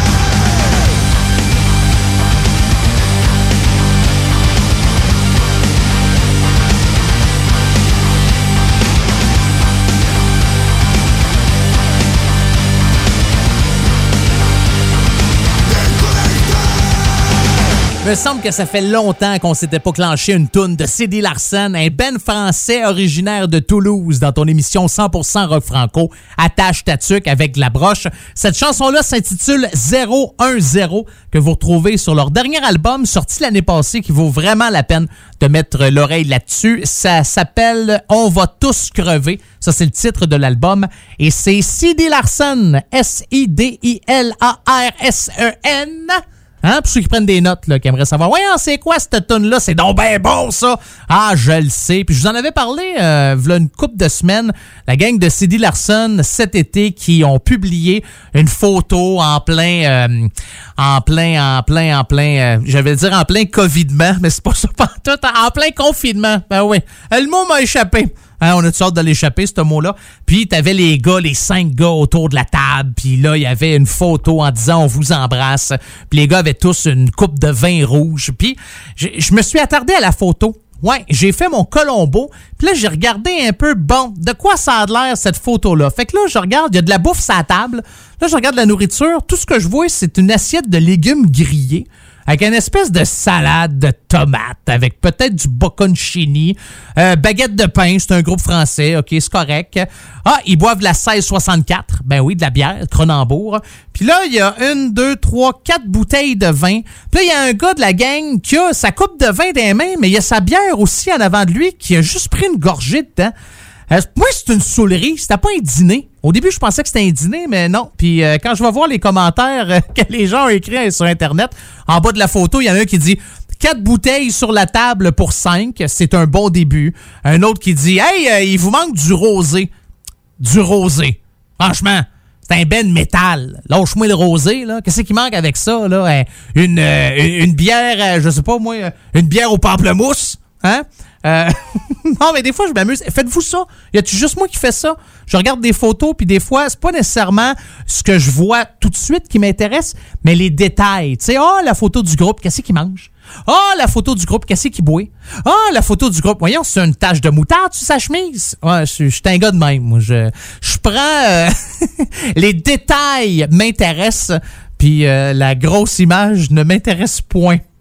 Il me semble que ça fait longtemps qu'on s'était pas clenché une toune de Sidi Larsen, un band français originaire de Toulouse, dans ton émission cent pour cent rock franco, Attache ta tuque avec la broche. Cette chanson-là s'intitule zéro un zéro, que vous retrouvez sur leur dernier album sorti l'année passée, qui vaut vraiment la peine de mettre l'oreille là-dessus. Ça s'appelle On va tous crever. Ça, c'est le titre de l'album. Et c'est Sidi Larsen, S I D I L A R S E N. Hein? Pour ceux qui prennent des notes, là, qui aimeraient savoir, ouais, c'est quoi cette tune-là? C'est donc ben bon, ça! Ah, je le sais. Puis je vous en avais parlé, euh, v'là une couple de semaines, la gang de Sidi Larsen, cet été, qui ont publié une photo en plein, euh, en plein, en plein, en plein, euh, j'allais dire en plein covidement, mais c'est pas ça pantoute, en plein confinement. Ben oui. Le mot m'a échappé. Hein, on a toutes sortes de l'échapper, ce mot-là. Puis, t'avais les gars, les cinq gars autour de la table. Puis là, il y avait une photo en disant « On vous embrasse ». Puis les gars avaient tous une coupe de vin rouge. Puis, je me suis attardé à la photo. Ouais, j'ai fait mon Colombo. Puis là, j'ai regardé un peu, bon, de quoi ça a l'air, cette photo-là. Fait que là, je regarde, il y a de la bouffe sur la table. Là, je regarde la nourriture. Tout ce que je vois, c'est une assiette de légumes grillés, avec une espèce de salade de tomates, avec peut-être du bocconcini, euh, baguette de pain, c'est un groupe français, ok, c'est correct. Ah, ils boivent de la seize soixante-quatre, ben oui, de la bière, Cronenbourg. Puis là, il y a une, deux, trois, quatre bouteilles de vin. Puis là, il y a un gars de la gang qui a sa coupe de vin dans les mains, mais il y a sa bière aussi en avant de lui, qui a juste pris une gorgée dedans. Euh, moi, c'est une saoulerie. C'était pas un dîner. Au début, je pensais que c'était un dîner, mais non. Puis euh, quand je vais voir les commentaires euh, que les gens ont écrits sur Internet, en bas de la photo, il y en a un qui dit « Quatre bouteilles sur la table pour cinq, c'est un bon début. » Un autre qui dit « Hey, euh, il vous manque du rosé. » Du rosé. Franchement, c'est un ben de métal. Lâche-moi le rosé, là. Qu'est-ce qui manque avec ça, là? Une, euh, une, une bière, euh, je sais pas moi, une bière au pamplemousse, hein? Euh, non, mais des fois, je m'amuse. Faites-vous ça? Y a-tu juste moi qui fais ça? Je regarde des photos, puis des fois, c'est pas nécessairement ce que je vois tout de suite qui m'intéresse, mais les détails. Tu sais, ah, oh, la photo du groupe, qu'est-ce qu'il mange? Ah, oh, la photo du groupe, qu'est-ce qu'il boit? Ah, oh, la photo du groupe, voyons, c'est une tache de moutarde sur sa chemise. Ouais, je suis un gars de même. Moi, je, je prends... Euh, les détails m'intéressent, puis euh, la grosse image ne m'intéresse point.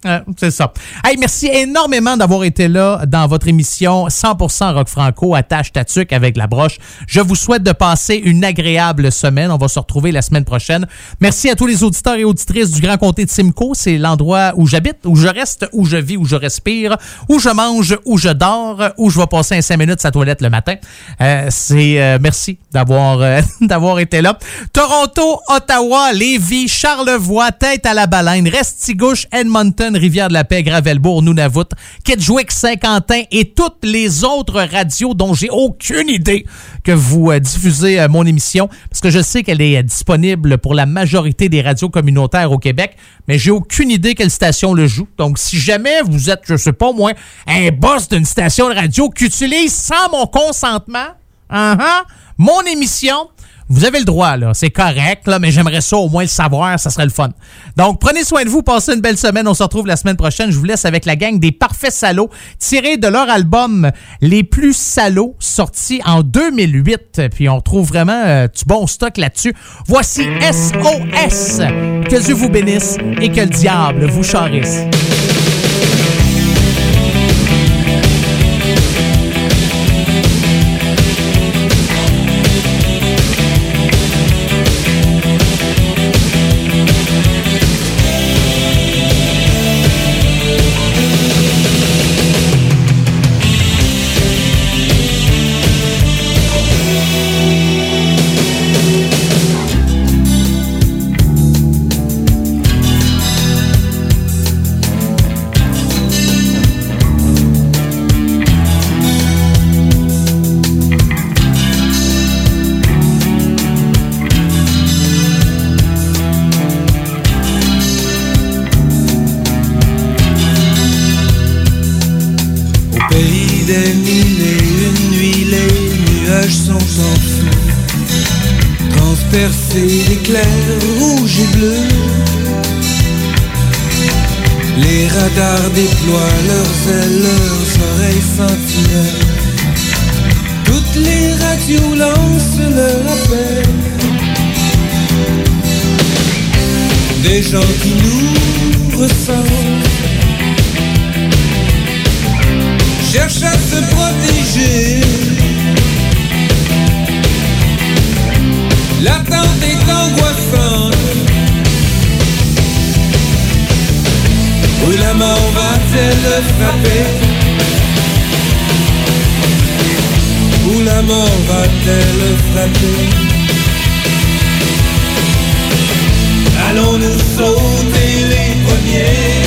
Euh, c'est ça. Hey, merci énormément d'avoir été là dans votre émission cent pour cent Rock Franco, attache ta tuque avec la broche. Je vous souhaite de passer une agréable semaine. On va se retrouver la semaine prochaine. Merci à tous les auditeurs et auditrices du Grand Comté de Simcoe. C'est l'endroit où j'habite, où je reste, où je vis, où je respire, où je mange, où je dors, où je vais passer un cinq minutes à la toilette le matin. Euh, c'est euh, merci d'avoir euh, d'avoir été là. Toronto, Ottawa, Lévis, Charlevoix, Tête à la Baleine, Restigouche, Edmonton, Rivière-de-la-Paix, Gravelbourg, Nunavut, Kedgewick, Saint-Quentin et toutes les autres radios dont j'ai aucune idée que vous euh, diffusez euh, mon émission, parce que je sais qu'elle est euh, disponible pour la majorité des radios communautaires au Québec, mais j'ai aucune idée quelle station le joue. Donc, si jamais vous êtes, je sais pas moi, un boss d'une station de radio qui utilise sans mon consentement, uh-huh, mon émission, vous avez le droit, là. C'est correct, là, mais j'aimerais ça au moins le savoir, ça serait le fun. Donc, prenez soin de vous, passez une belle semaine. On se retrouve la semaine prochaine. Je vous laisse avec la gang des Parfaits Salauds, tiré de leur album Les Plus Salauds, sorti en deux mille huit. Puis on retrouve vraiment euh, du bon stock là-dessus. Voici S O S. Que Dieu vous bénisse et que le diable vous charisse. Des mille et une nuits, les nuages sont en feu, transpercés d'éclairs rouges et bleus. Les radars déploient leurs ailes, leurs oreilles sentinelles. Toutes les radios lancent leur appel. Des gens qui nous ressemblent cherche à se protéger. L'attente est angoissante. Où la mort va-t-elle frapper? Où la mort va-t-elle frapper? Allons-nous sauter les premiers?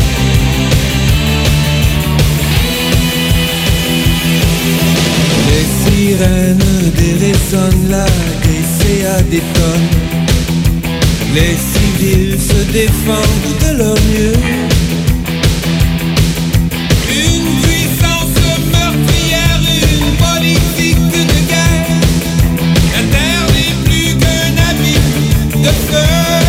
Les sirènes déraisonnent, la D C A détonne. Les civils se défendent de leur mieux. Une puissance meurtrière, une politique de guerre. La terre n'est plus qu'un abîme de feu.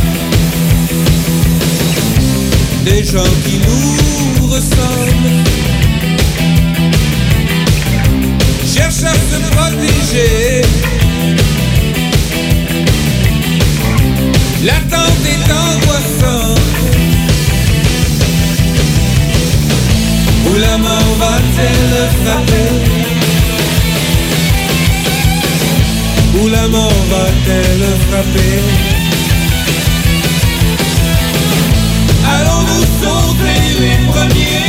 Des gens qui nous ressemblent cherche à se protéger. L'attente est angoissante. Où la mort va-t-elle frapper? Où la mort va-t-elle frapper? Allons-nous sauter les premiers?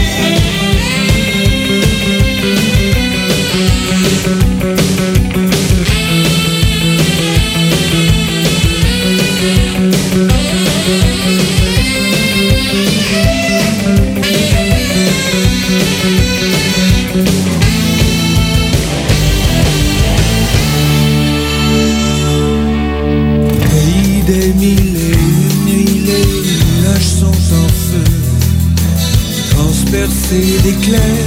Pays des mille et une nuits, les nuages sont en feu, transpercés d'éclairs